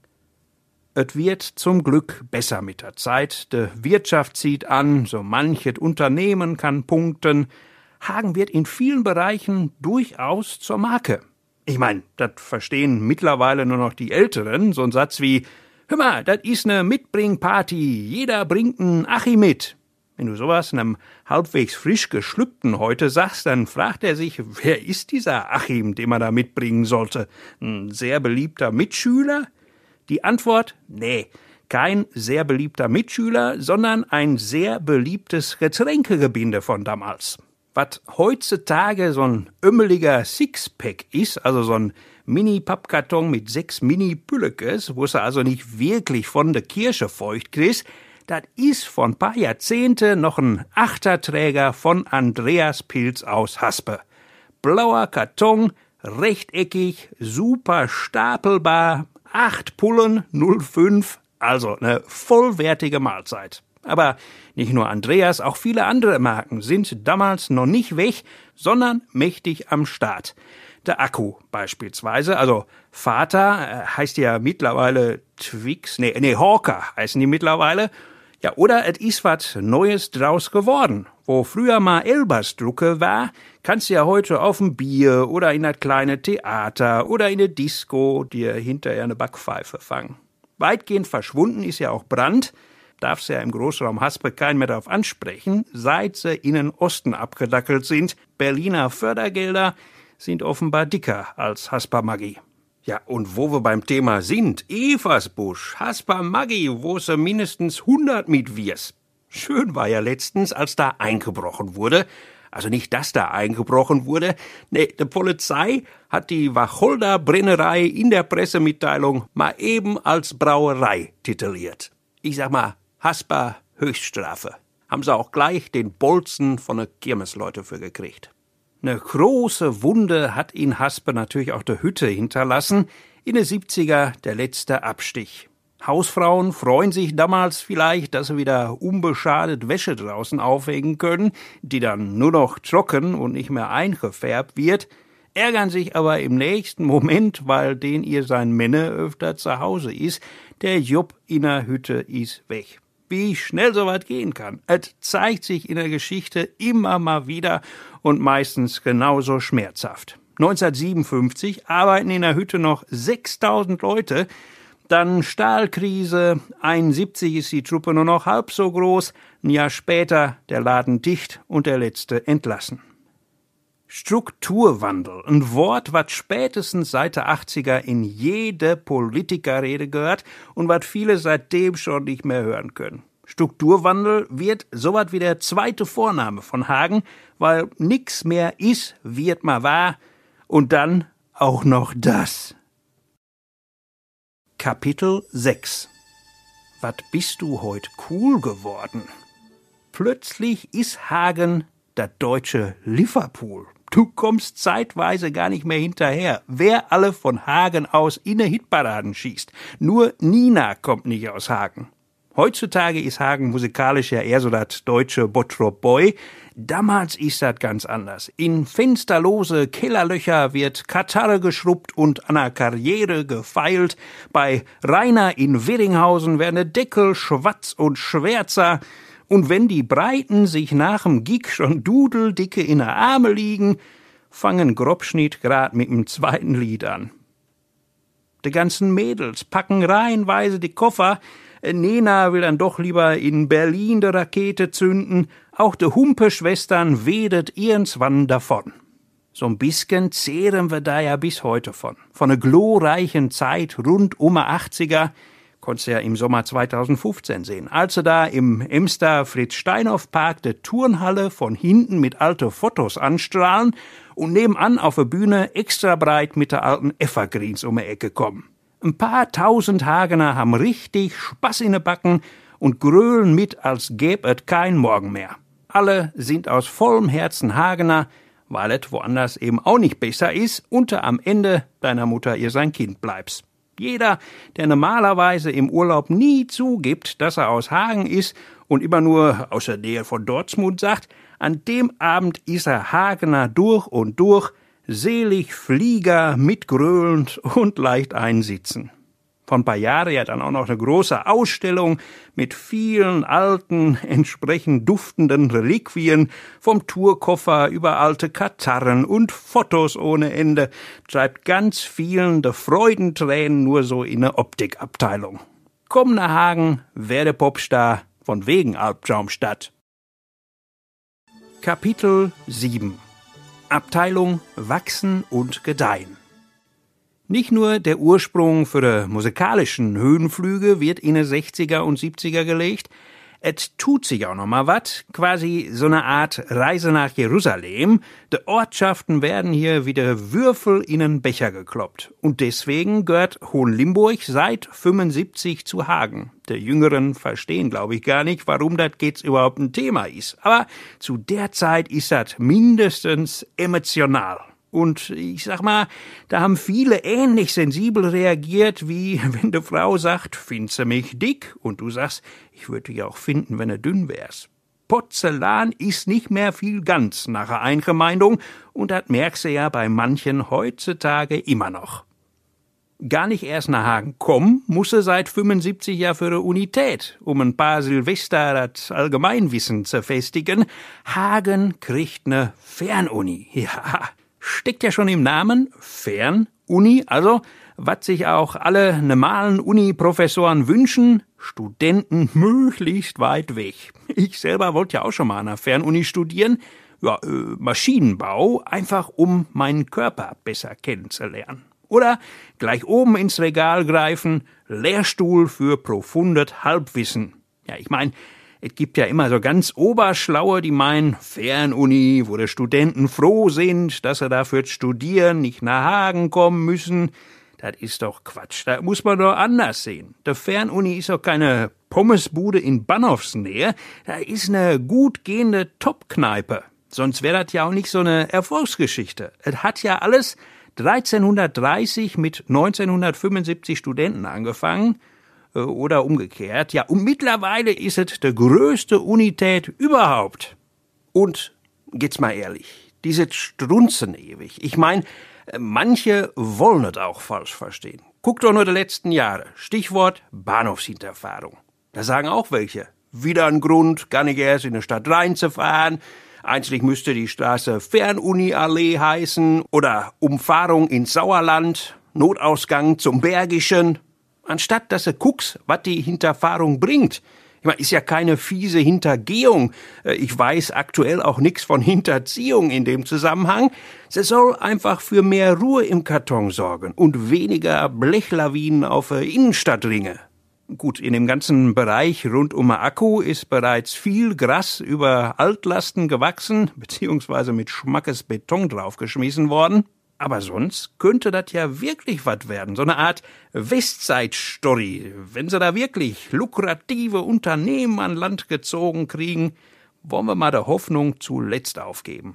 Et wird zum Glück besser mit der Zeit, de Wirtschaft zieht an, so manchet Unternehmen kann punkten. Hagen wird in vielen Bereichen durchaus zur Marke. Ich mein, das verstehen mittlerweile nur noch die Älteren, so ein Satz wie: Hör mal, das ist ne Mitbringparty, jeder bringt n Achi mit. Wenn du sowas einem halbwegs frisch geschlüpften heute sagst, dann fragt er sich, wer ist dieser Achim, den man da mitbringen sollte? Ein sehr beliebter Mitschüler? Die Antwort: Nee, kein sehr beliebter Mitschüler, sondern ein sehr beliebtes Getränkegebinde von damals. Was heutzutage so ein ömmeliger Sixpack ist, also so ein Mini-Pappkarton mit 6 Mini-Püllekes, wo du also nicht wirklich von der Kirche feucht kriegst, das ist vor ein paar Jahrzehnte noch ein Achterträger von Andreas Pilz aus Haspe. Blauer Karton, rechteckig, super stapelbar, 8 Pullen, 0,5, also eine vollwertige Mahlzeit. Aber nicht nur Andreas, auch viele andere Marken sind damals noch nicht weg, sondern mächtig am Start. Der Akku beispielsweise, also Vater heißt ja mittlerweile Twix, Hawker heißen die mittlerweile. Ja, oder es ist was Neues draus geworden. Wo früher mal Elbersdrucke war, kannst du ja heute auf ein Bier oder in das kleine Theater oder in eine Disco dir hinterher eine Backpfeife fangen. Weitgehend verschwunden ist ja auch Brand. Darf's ja im Großraum Haspe keinen mehr darauf ansprechen, seit sie in den Osten abgedackelt sind. Berliner Fördergelder sind offenbar dicker als Hasper Maggi. Ja, und wo wir beim Thema sind, Eversbusch, Hasper Maggi, wo sie mindestens 100 mit wirs. Schön war ja letztens, als da eingebrochen wurde. Also nicht, dass da eingebrochen wurde. Nee, die Polizei hat die Wacholder Brennerei in der Pressemitteilung mal eben als Brauerei tituliert. Ich sag mal, Hasper Höchststrafe. Haben sie auch gleich den Bolzen von der Kirmesleute für gekriegt. Eine große Wunde hat in Haspe natürlich auch der Hütte hinterlassen. In den 70er der letzte Abstich. Hausfrauen freuen sich damals vielleicht, dass sie wieder unbeschadet Wäsche draußen aufhängen können, die dann nur noch trocken und nicht mehr eingefärbt wird, ärgern sich aber im nächsten Moment, weil den ihr sein Männer öfter zu Hause ist, der Job in der Hütte ist weg. Wie schnell so was gehen kann. Es zeigt sich in der Geschichte immer mal wieder und meistens genauso schmerzhaft. 1957 arbeiten in der Hütte noch 6.000 Leute, dann Stahlkrise, 71 ist die Truppe nur noch halb so groß, ein Jahr später der Laden dicht und der Letzte entlassen. Strukturwandel, ein Wort, was spätestens seit der 80er in jede Politikerrede gehört und was viele seitdem schon nicht mehr hören können. Strukturwandel wird sowas wie der zweite Vorname von Hagen, weil nix mehr ist, wird mal wahr und dann auch noch das. Kapitel 6. Was bist du heut cool geworden? Plötzlich ist Hagen das deutsche Liverpool. Du kommst zeitweise gar nicht mehr hinterher, wer alle von Hagen aus in die Hitparaden schießt. Nur Nina kommt nicht aus Hagen. Heutzutage ist Hagen musikalisch ja eher so das deutsche Bottrop Boy. Damals ist das ganz anders. In fensterlose Kellerlöcher wird Katarre geschrubbt und an der Karriere gefeilt. Bei Rainer in Wirringhausen werden die Deckel schwarz und schwärzer. Und wenn die Breiten sich nach'm Gig schon dudeldicke in der Arme liegen, fangen Grobschnitt grad mit dem zweiten Lied an. Die ganzen Mädels packen reihenweise die Koffer. Nena will dann doch lieber in Berlin die Rakete zünden. Auch die Humpe-Schwestern wedet irgendwann davon. So ein bisschen zehren wir da ja bis heute von. Von einer glorreichen Zeit rund um die 80er. Konntest du ja im Sommer 2015 sehen. Als sie da im Emster Fritz-Steinhoff-Park der Turnhalle von hinten mit alte Fotos anstrahlen und nebenan auf der Bühne extra breit mit der alten Evergreens um die Ecke kommen. Ein paar tausend Hagener haben richtig Spaß in den Backen und grölen mit, als gäbe es kein Morgen mehr. Alle sind aus vollem Herzen Hagener, weil es woanders eben auch nicht besser ist und du am Ende deiner Mutter ihr sein Kind bleibst. Jeder, der normalerweise im Urlaub nie zugibt, dass er aus Hagen ist und immer nur aus der Nähe von Dortmund sagt, An dem Abend ist er Hagener durch und durch, selig Flieger, mitgröhlend und leicht einsitzen. Vor ein paar Jahren ja dann auch noch eine große Ausstellung mit vielen alten, entsprechend duftenden Reliquien, vom Tourkoffer über alte Kartarren und Fotos ohne Ende, treibt ganz vielen de Freudentränen nur so in ne Optikabteilung. Komm nach Hagen, werde Popstar, von wegen Albtraumstadt. Kapitel 7 Abteilung Wachsen und Gedeihen. Nicht nur der Ursprung für die musikalischen Höhenflüge wird in die 60er und 70er gelegt, es tut sich auch noch mal wat, quasi so eine Art Reise nach Jerusalem. Die Ortschaften werden hier wie der Würfel in einen Becher gekloppt. Und deswegen gehört Hohenlimburg seit 75 zu Hagen. Der Jüngeren verstehen, glaube ich, gar nicht, warum das jetzt überhaupt ein Thema ist. Aber zu der Zeit ist das mindestens emotional. Und ich sag mal, da haben viele ähnlich sensibel reagiert, wie wenn die Frau sagt, findest du mich dick? Und du sagst, ich würde dich auch finden, wenn du dünn wärst. Porzellan ist nicht mehr viel ganz nach der Eingemeindung, und das merkst du ja bei manchen heutzutage immer noch. Gar nicht erst nach Hagen kommen, muss er seit 75 Jahren für die Unität, um ein paar Silvester das Allgemeinwissen zu festigen. Hagen kriegt ne Fernuni, ja. Steckt ja schon im Namen, Fernuni, also was sich auch alle normalen Uni-Professoren wünschen, Studenten möglichst weit weg. Ich selber wollte ja auch schon mal an einer Fernuni studieren, ja, Maschinenbau, einfach um meinen Körper besser kennenzulernen. Oder gleich oben ins Regal greifen, Lehrstuhl für profundes Halbwissen. Ja, ich meine, es gibt ja immer so ganz Oberschlaue, die meinen, Fernuni, wo die Studenten froh sind, dass sie dafür studieren, nicht nach Hagen kommen müssen. Das ist doch Quatsch, da muss man doch anders sehen. Der Fernuni ist doch keine Pommesbude in Bahnhofsnähe, da ist eine gut gehende Top-Kneipe. Sonst wäre das ja auch nicht so eine Erfolgsgeschichte. Es hat ja alles 1330 mit 1975 Studenten angefangen, oder umgekehrt. Ja, und mittlerweile ist es die größte Unität überhaupt. Und, jetzt mal ehrlich, dieses Strunzen ewig. Ich meine, manche wollen es auch falsch verstehen. Guckt doch nur die letzten Jahre. Stichwort Bahnhofshinterfahrung. Da sagen auch welche, wieder ein Grund, gar nicht erst in eine Stadt reinzufahren. Eigentlich müsste die Straße Fernuni-Allee heißen oder Umfahrung ins Sauerland, Notausgang zum Bergischen. Anstatt dass du guckst, was die Hinterfahrung bringt. Ich meine, ist ja keine fiese Hintergehung. Ich weiß aktuell auch nichts von Hinterziehung in dem Zusammenhang. Sie soll einfach für mehr Ruhe im Karton sorgen und weniger Blechlawinen auf der Innenstadtringe. Gut, in dem ganzen Bereich rund um Akku ist bereits viel Gras über Altlasten gewachsen, beziehungsweise mit Schmackes Beton draufgeschmissen worden. Aber sonst könnte das ja wirklich was werden, so eine Art Westside-Story. Wenn sie da wirklich lukrative Unternehmen an Land gezogen kriegen, wollen wir mal der Hoffnung zuletzt aufgeben.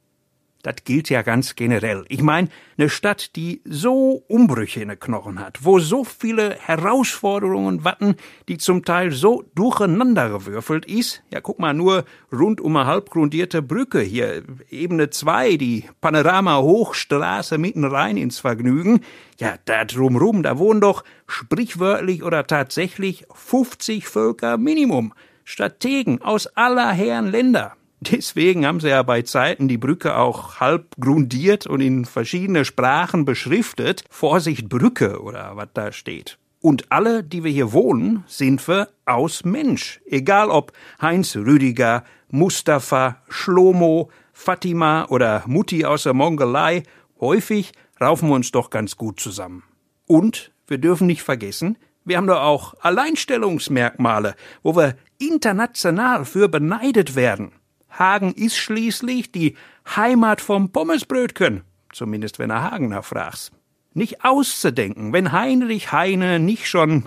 Das gilt ja ganz generell. Ich meine, eine Stadt, die so Umbrüche in den Knochen hat, wo so viele Herausforderungen warten, die zum Teil so durcheinandergewürfelt ist. Ja, guck mal nur rund um eine halbgrundierte Brücke hier, Ebene 2, die Panorama-Hochstraße mitten rein ins Vergnügen. Ja, da drumrum, da wohnen doch sprichwörtlich oder tatsächlich 50 Völker Minimum. Strategen aus aller Herren Länder. Deswegen haben sie ja bei Zeiten die Brücke auch halb grundiert und in verschiedene Sprachen beschriftet. Vorsicht Brücke oder was da steht. Und alle, die wir hier wohnen, sind wir aus Mensch. Egal ob Heinz Rüdiger, Mustafa, Schlomo, Fatima oder Mutti aus der Mongolei, häufig raufen wir uns doch ganz gut zusammen. Und wir dürfen nicht vergessen, wir haben doch auch Alleinstellungsmerkmale, wo wir international für beneidet werden. Hagen ist schließlich die Heimat vom Pommesbrötchen, zumindest wenn du Hagener fragst. Nicht auszudenken, wenn Heinrich Heine nicht schon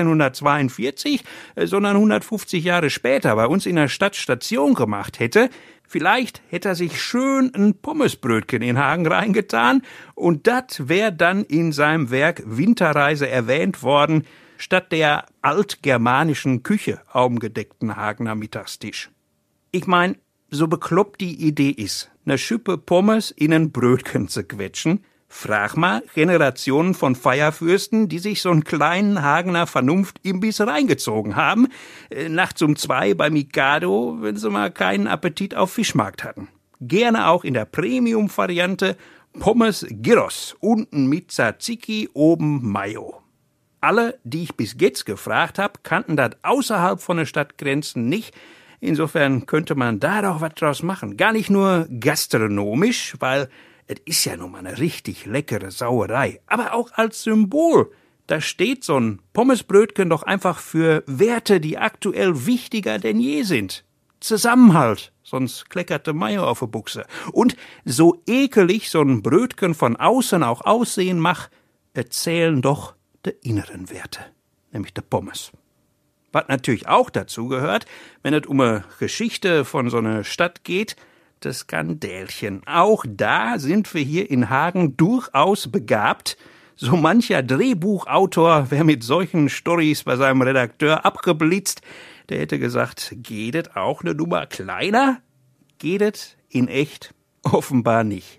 1842, sondern 150 Jahre später bei uns in der Stadt Station gemacht hätte, vielleicht hätte er sich schön ein Pommesbrötchen in Hagen reingetan und das wäre dann in seinem Werk Winterreise erwähnt worden, statt der altgermanischen Küche auf dem gedeckten Hagener Mittagstisch. Ich meine, so bekloppt die Idee ist, ne Schüppe Pommes in ein Brötchen zu quetschen, frag mal Generationen von Feierfürsten, die sich so'n kleinen Hagener Vernunftimbiss reingezogen haben, nachts um 2 bei Mikado, wenn sie mal keinen Appetit auf Fischmarkt hatten. Gerne auch in der Premium-Variante Pommes Gyros, unten mit Tzatziki, oben Mayo. Alle, die ich bis jetzt gefragt hab, kannten das außerhalb von den Stadtgrenzen nicht. Insofern könnte man da doch was draus machen. Gar nicht nur gastronomisch, weil es ist ja nun mal eine richtig leckere Sauerei, aber auch als Symbol. Da steht so ein Pommesbrötchen doch einfach für Werte, die aktuell wichtiger denn je sind. Zusammenhalt, sonst kleckerte Mayo auf der Buchse. Und so ekelig so ein Brötchen von außen auch aussehen mag, erzählen doch de inneren Werte, nämlich de Pommes. Was natürlich auch dazu gehört, wenn es um eine Geschichte von so einer Stadt geht, das Skandälchen. Auch da sind wir hier in Hagen durchaus begabt. So mancher Drehbuchautor wär mit solchen Storys bei seinem Redakteur abgeblitzt, der hätte gesagt, geht es auch eine Nummer kleiner? Geht es in echt offenbar nicht.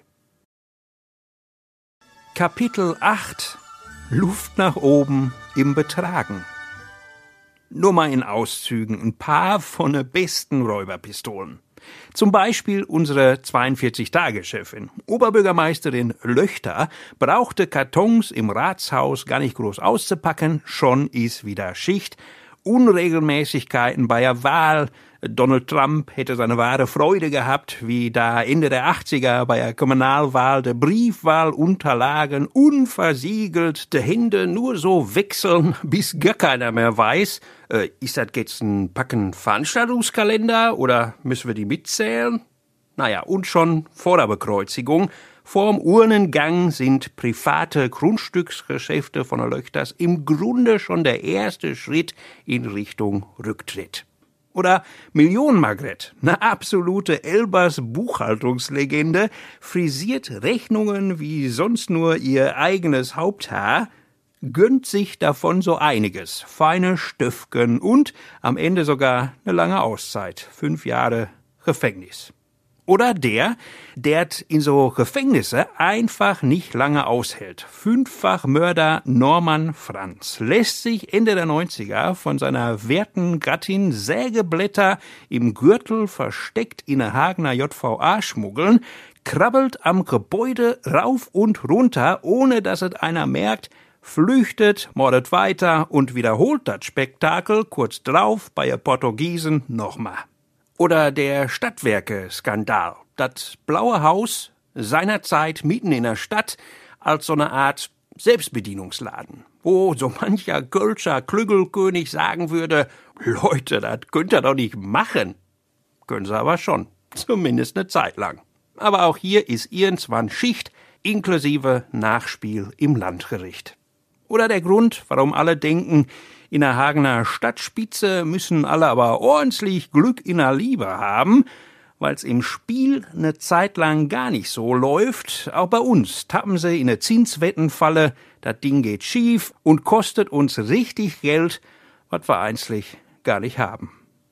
Kapitel 8: Luft nach oben im Betragen. Nur mal in Auszügen ein paar von den besten Räuberpistolen. Zum Beispiel unsere 42-Tage-Chefin, Oberbürgermeisterin Löchter, brauchte Kartons im Ratshaus gar nicht groß auszupacken, schon ist wieder Schicht. Unregelmäßigkeiten bei der Wahl. Donald Trump hätte seine wahre Freude gehabt, wie da Ende der 80er bei der Kommunalwahl der Briefwahlunterlagen unversiegelt die Hände nur so wechseln, bis gar keiner mehr weiß, ist das jetzt ein Packen Veranstaltungskalender oder müssen wir die mitzählen? Naja, und schon vor der Bekreuzigung, vorm Urnengang sind private Grundstücksgeschäfte von der Löchters im Grunde schon der erste Schritt in Richtung Rücktritt. Oder Millionenmargret, eine absolute Elbers Buchhaltungslegende, frisiert Rechnungen wie sonst nur ihr eigenes Haupthaar, gönnt sich davon so einiges, feine Stöfken und am Ende sogar eine lange Auszeit, 5 Jahre Gefängnis. Oder der in so Gefängnisse einfach nicht lange aushält. 5-fach Mörder Norman Franz lässt sich Ende der 90er von seiner werten Gattin Sägeblätter im Gürtel versteckt in eine Hagener JVA schmuggeln, krabbelt am Gebäude rauf und runter, ohne dass es einer merkt, flüchtet, mordet weiter und wiederholt das Spektakel kurz drauf bei ihr Portugiesen nochmal. Oder der Stadtwerke-Skandal. Das Blaue Haus seinerzeit mitten in der Stadt als so eine Art Selbstbedienungsladen, wo so mancher Kölscher Klügelkönig sagen würde, Leute, das könnt ihr doch nicht machen. Können sie aber schon, zumindest eine Zeit lang. Aber auch hier ist irgendwann Schicht, inklusive Nachspiel im Landgericht. Oder der Grund, warum alle denken, in der Hagener Stadtspitze müssen alle aber ordentlich Glück in der Liebe haben, weil's im Spiel eine Zeit lang gar nicht so läuft. Auch bei uns tappen sie in eine Zinswettenfalle, das Ding geht schief und kostet uns richtig Geld, was wir eigentlich gar nicht haben.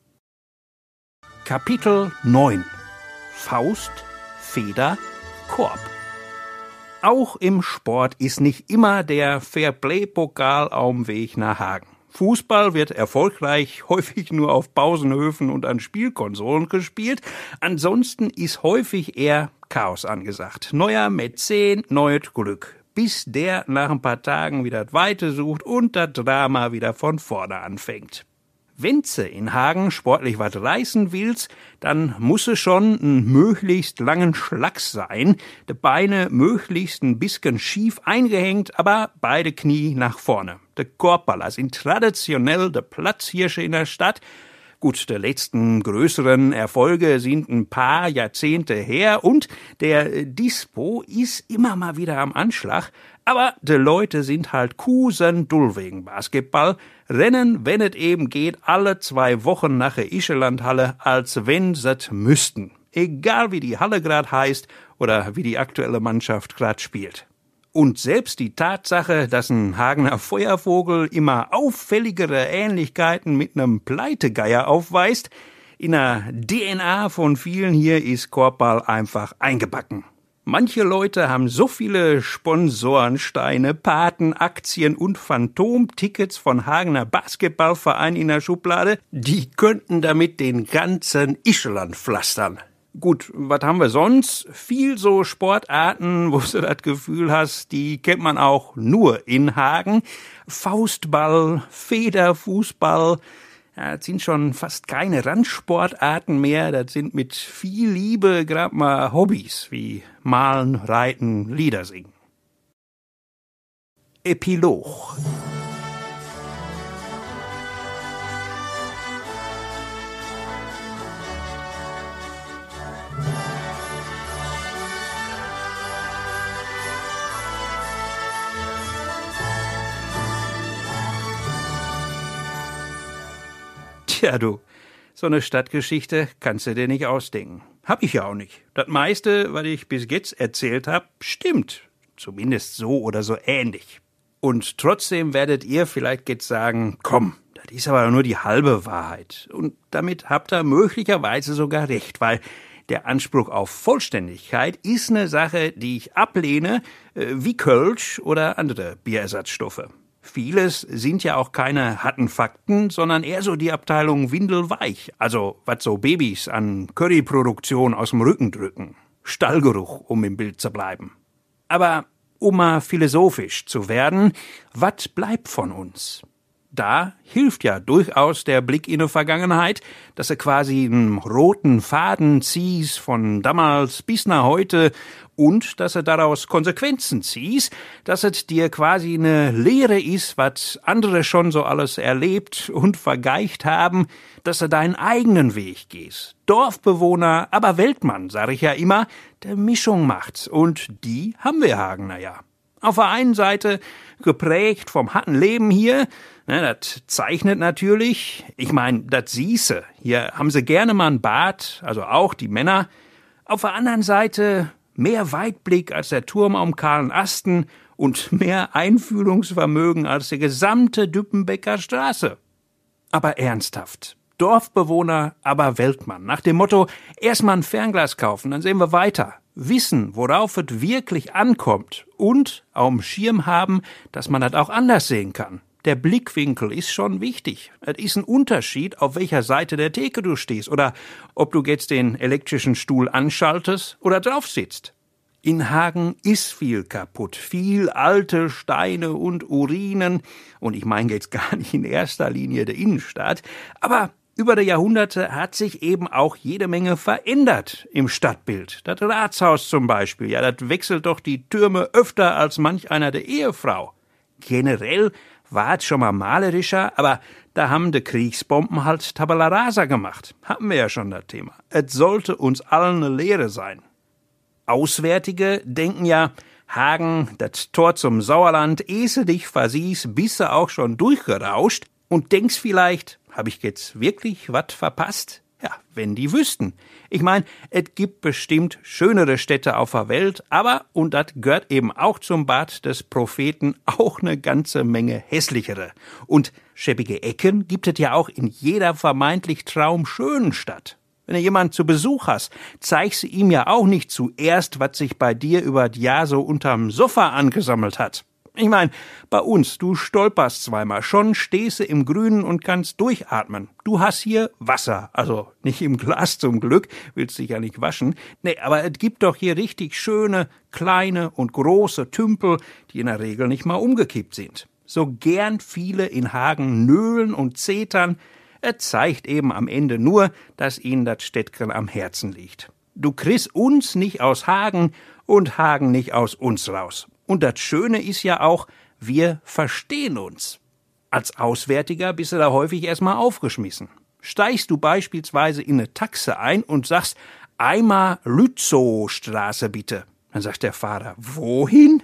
Kapitel 9: Faust, Feder, Korb. Auch im Sport ist nicht immer der Fairplay-Pokal auf'm Weg nach Hagen. Fußball wird erfolgreich häufig nur auf Pausenhöfen und an Spielkonsolen gespielt. Ansonsten ist häufig eher Chaos angesagt. Neuer Mäzen, neues Glück. Bis der nach ein paar Tagen wieder das Weite sucht und das Drama wieder von vorne anfängt. Wenn du in Hagen sportlich was reißen willst, dann muss es schon ein möglichst langen Schlags sein, de Beine möglichst ein bisschen schief eingehängt, aber beide Knie nach vorne. De Korbballer sind traditionell de Platzhirsche in der Stadt. Gut, die letzten größeren Erfolge sind ein paar Jahrzehnte her und der Dispo ist immer mal wieder am Anschlag, aber die Leute sind halt kusendull wegen Basketball, rennen, wenn es eben geht, alle 2 Wochen nach der Ischelandhalle, als wenn sie's müssten. Egal wie die Halle grad heißt oder wie die aktuelle Mannschaft grad spielt. Und selbst die Tatsache, dass ein Hagener Feuervogel immer auffälligere Ähnlichkeiten mit einem Pleitegeier aufweist, In der DNA von vielen hier ist Korbball einfach eingebacken. Manche Leute haben so viele Sponsorensteine, Paten, Aktien und Phantomtickets von Hagener Basketballverein in der Schublade, die könnten damit den ganzen Ischeland pflastern. Gut, was haben wir sonst? Viel so Sportarten, wo du das Gefühl hast, die kennt man auch nur in Hagen. Faustball, Federfußball, ja, das sind schon fast keine Randsportarten mehr. Das sind mit viel Liebe gerade mal Hobbys wie Malen, Reiten, Lieder singen. Epilog. Tja, du, so eine Stadtgeschichte kannst du dir nicht ausdenken. Hab ich ja auch nicht. Das meiste, was ich bis jetzt erzählt hab, stimmt. Zumindest so oder so ähnlich. Und trotzdem werdet ihr vielleicht jetzt sagen, komm, das ist aber nur die halbe Wahrheit. Und damit habt ihr möglicherweise sogar recht, weil der Anspruch auf Vollständigkeit ist eine Sache, die ich ablehne, wie Kölsch oder andere Bierersatzstoffe. Vieles sind ja auch keine harten Fakten, sondern eher so die Abteilung windelweich, also was so Babys an Curryproduktion aus dem Rücken drücken. Stallgeruch, um im Bild zu bleiben. Aber um mal philosophisch zu werden, was bleibt von uns? Da hilft ja durchaus der Blick in die Vergangenheit, dass er quasi einen roten Faden ziehst von damals bis nach heute und dass er daraus Konsequenzen ziehst, dass es dir quasi eine Lehre ist, was andere schon so alles erlebt und vergeicht haben, dass er deinen eigenen Weg gehst. Dorfbewohner, aber Weltmann, sag ich ja immer, der Mischung macht. Und die haben wir Hagener ja. Auf der einen Seite geprägt vom harten Leben hier, ne, das zeichnet natürlich, ich meine, das siehste, hier haben sie gerne mal ein Bad, also auch die Männer. Auf der anderen Seite mehr Weitblick als der Turm am kahlen Asten und mehr Einfühlungsvermögen als die gesamte Düppenbecker Straße. Aber ernsthaft, Dorfbewohner, aber Weltmann, nach dem Motto, erst mal ein Fernglas kaufen, dann sehen wir weiter. Wissen, worauf es wirklich ankommt und am Schirm haben, dass man das auch anders sehen kann. Der Blickwinkel ist schon wichtig. Es ist ein Unterschied, auf welcher Seite der Theke du stehst oder ob du jetzt den elektrischen Stuhl anschaltest oder drauf sitzt. In Hagen ist viel kaputt, viel alte Steine und Urinen und ich meine jetzt gar nicht in erster Linie der Innenstadt, aber über die Jahrhunderte hat sich eben auch jede Menge verändert im Stadtbild. Das Ratshaus zum Beispiel, ja, das wechselt doch die Türme öfter als manch einer der Ehefrau. Generell war es schon mal malerischer, aber da haben die Kriegsbomben halt Tabula Rasa gemacht. Hatten wir ja schon das Thema. Es sollte uns allen eine Lehre sein. Auswärtige denken ja, Hagen, das Tor zum Sauerland, ehe du dich versiehst, bist du auch schon durchgerauscht und denkst vielleicht, hab ich jetzt wirklich was verpasst? Ja, wenn die wüssten. Ich mein, es gibt bestimmt schönere Städte auf der Welt, aber, und das gehört eben auch zum Bad des Propheten, auch eine ganze Menge hässlichere. Und schäbige Ecken gibt es ja auch in jeder vermeintlich traumschönen Stadt. Wenn du jemanden zu Besuch hast, zeigst du ihm ja auch nicht zuerst, was sich bei dir über das Jahr so unterm Sofa angesammelt hat. Ich meine, bei uns, du stolperst zweimal, schon stehst du im Grünen und kannst durchatmen. Du hast hier Wasser, also nicht im Glas zum Glück, willst dich ja nicht waschen. Nee, aber es gibt doch hier richtig schöne, kleine und große Tümpel, die in der Regel nicht mal umgekippt sind. So gern viele in Hagen nölen und zetern, es zeigt eben am Ende nur, dass ihnen das Städtchen am Herzen liegt. Du kriegst uns nicht aus Hagen und Hagen nicht aus uns raus. Und das Schöne ist ja auch, wir verstehen uns. Als Auswärtiger bist du da häufig erstmal aufgeschmissen. Steigst du beispielsweise in eine Taxe ein und sagst, einmal Lützowstraße bitte. Dann sagt der Fahrer, wohin?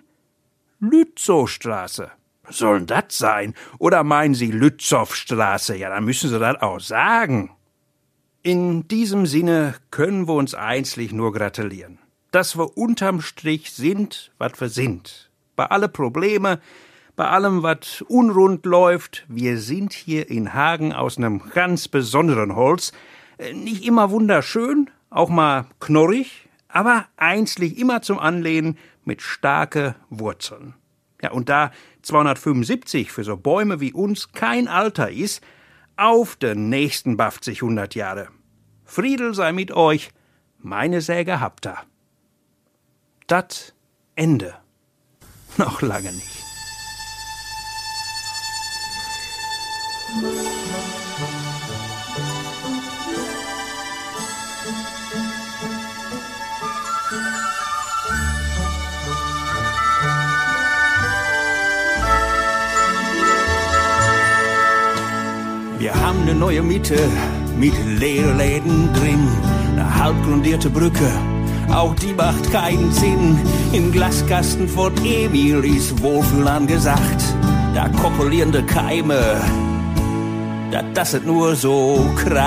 Lützowstraße. Was soll denn das sein? Oder meinen Sie Lützowstraße? Ja, dann müssen Sie das auch sagen. In diesem Sinne können wir uns einzig nur gratulieren, dass wir unterm Strich sind, was wir sind. Bei alle Probleme, bei allem, was unrund läuft, wir sind hier in Hagen aus einem ganz besonderen Holz. Nicht immer wunderschön, auch mal knorrig, aber einzlich immer zum Anlehnen mit starke Wurzeln. Ja, und da 275 für so Bäume wie uns kein Alter ist, auf den nächsten 50 Jahre. Friedel sei mit euch, meine Säge habt ihr. Dat Ende. Noch lange nicht. Wir haben eine neue Miete mit leeren Läden drin, eine halbgrundierte Brücke, auch die macht keinen Sinn. Im Glaskasten von Emil ist Wohlfühl angesagt, da kokulierende Keime, das ist nur so krass.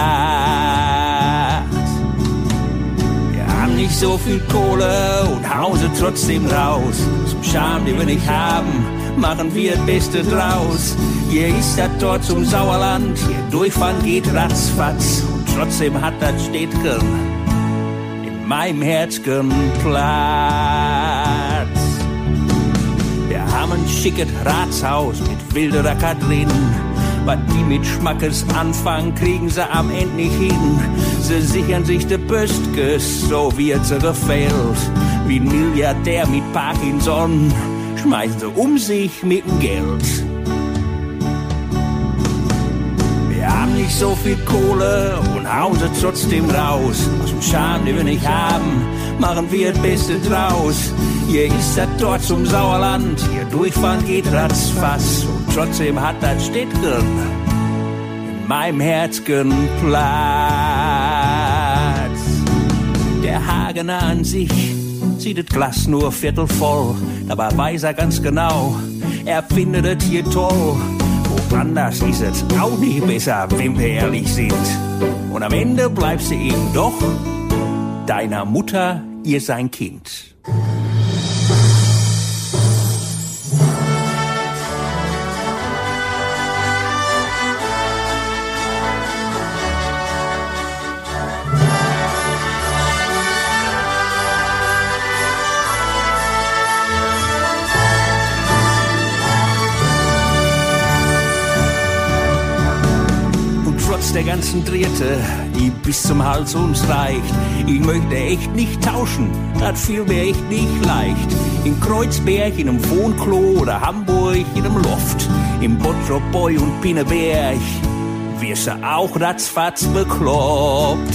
Wir haben nicht so viel Kohle und hauen sie trotzdem raus. Zum Charme, den wir nicht haben, machen wir das Beste draus. Hier ist das Tor zum Sauerland, hier durchfahren geht ratzfatz. Und trotzdem hat das Städtchen in meinem Herzchen Platz. Wir haben ein schickes Ratshaus mit wilderer drin. Was die mit Schmackes anfangen, kriegen sie am Ende nicht hin. Sie sichern sich de Böstges, so wie es sie gefällt. Wie ein Milliardär mit Parkinson schmeißen sie um sich mit dem Geld. Wir haben nicht so viel Kohle und hauen sie trotzdem raus. Aus dem Charme, den wir nicht haben, machen wir das Beste draus. Hier ist das Tor zum Sauerland, hier durchfahren geht ratzfatz. Und trotzdem hat das Städtchen in meinem Herzchen Platz. Der Hagener an sich sieht das Glas nur viertelvoll, dabei weiß er ganz genau, er findet es hier toll. Woanders ist es auch nicht besser, wenn wir ehrlich sind. Und am Ende bleibst du eben doch deiner Mutter ihr sein Kind. Der ganzen Dritte, die bis zum Hals uns reicht. Ich möchte echt nicht tauschen, das fiel mir echt nicht leicht. In Kreuzberg, in einem Wohnklo oder Hamburg, in einem Loft. Im Bottrop-Boy und Pinneberg wirst du auch ratzfatz bekloppt.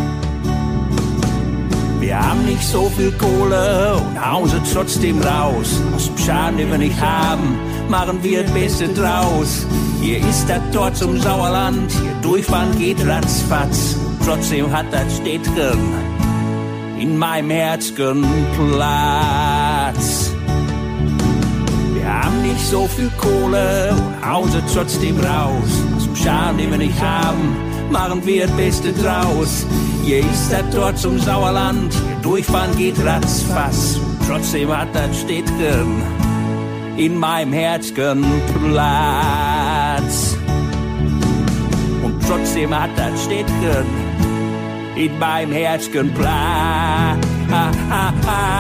Wir haben nicht so viel Kohle und hauen sie trotzdem raus. Aus dem Schaden, den wir nicht haben, machen wir das Beste draus. Hier ist das Tor zum Sauerland, hier durchfahren geht ratzfatz. Trotzdem hat das Städtchen in meinem Herzchen Platz. Wir haben nicht so viel Kohle und hauen sie trotzdem raus. Aus dem Charme, den wir nicht haben, machen wir das Beste draus. Hier ist das Tor zum Sauerland, hier durchfahren geht ratzfatz. Trotzdem hat das Städtchen in meinem Herzchen Platz. Und trotzdem hat das Städtchen in meinem Herzchen Platz.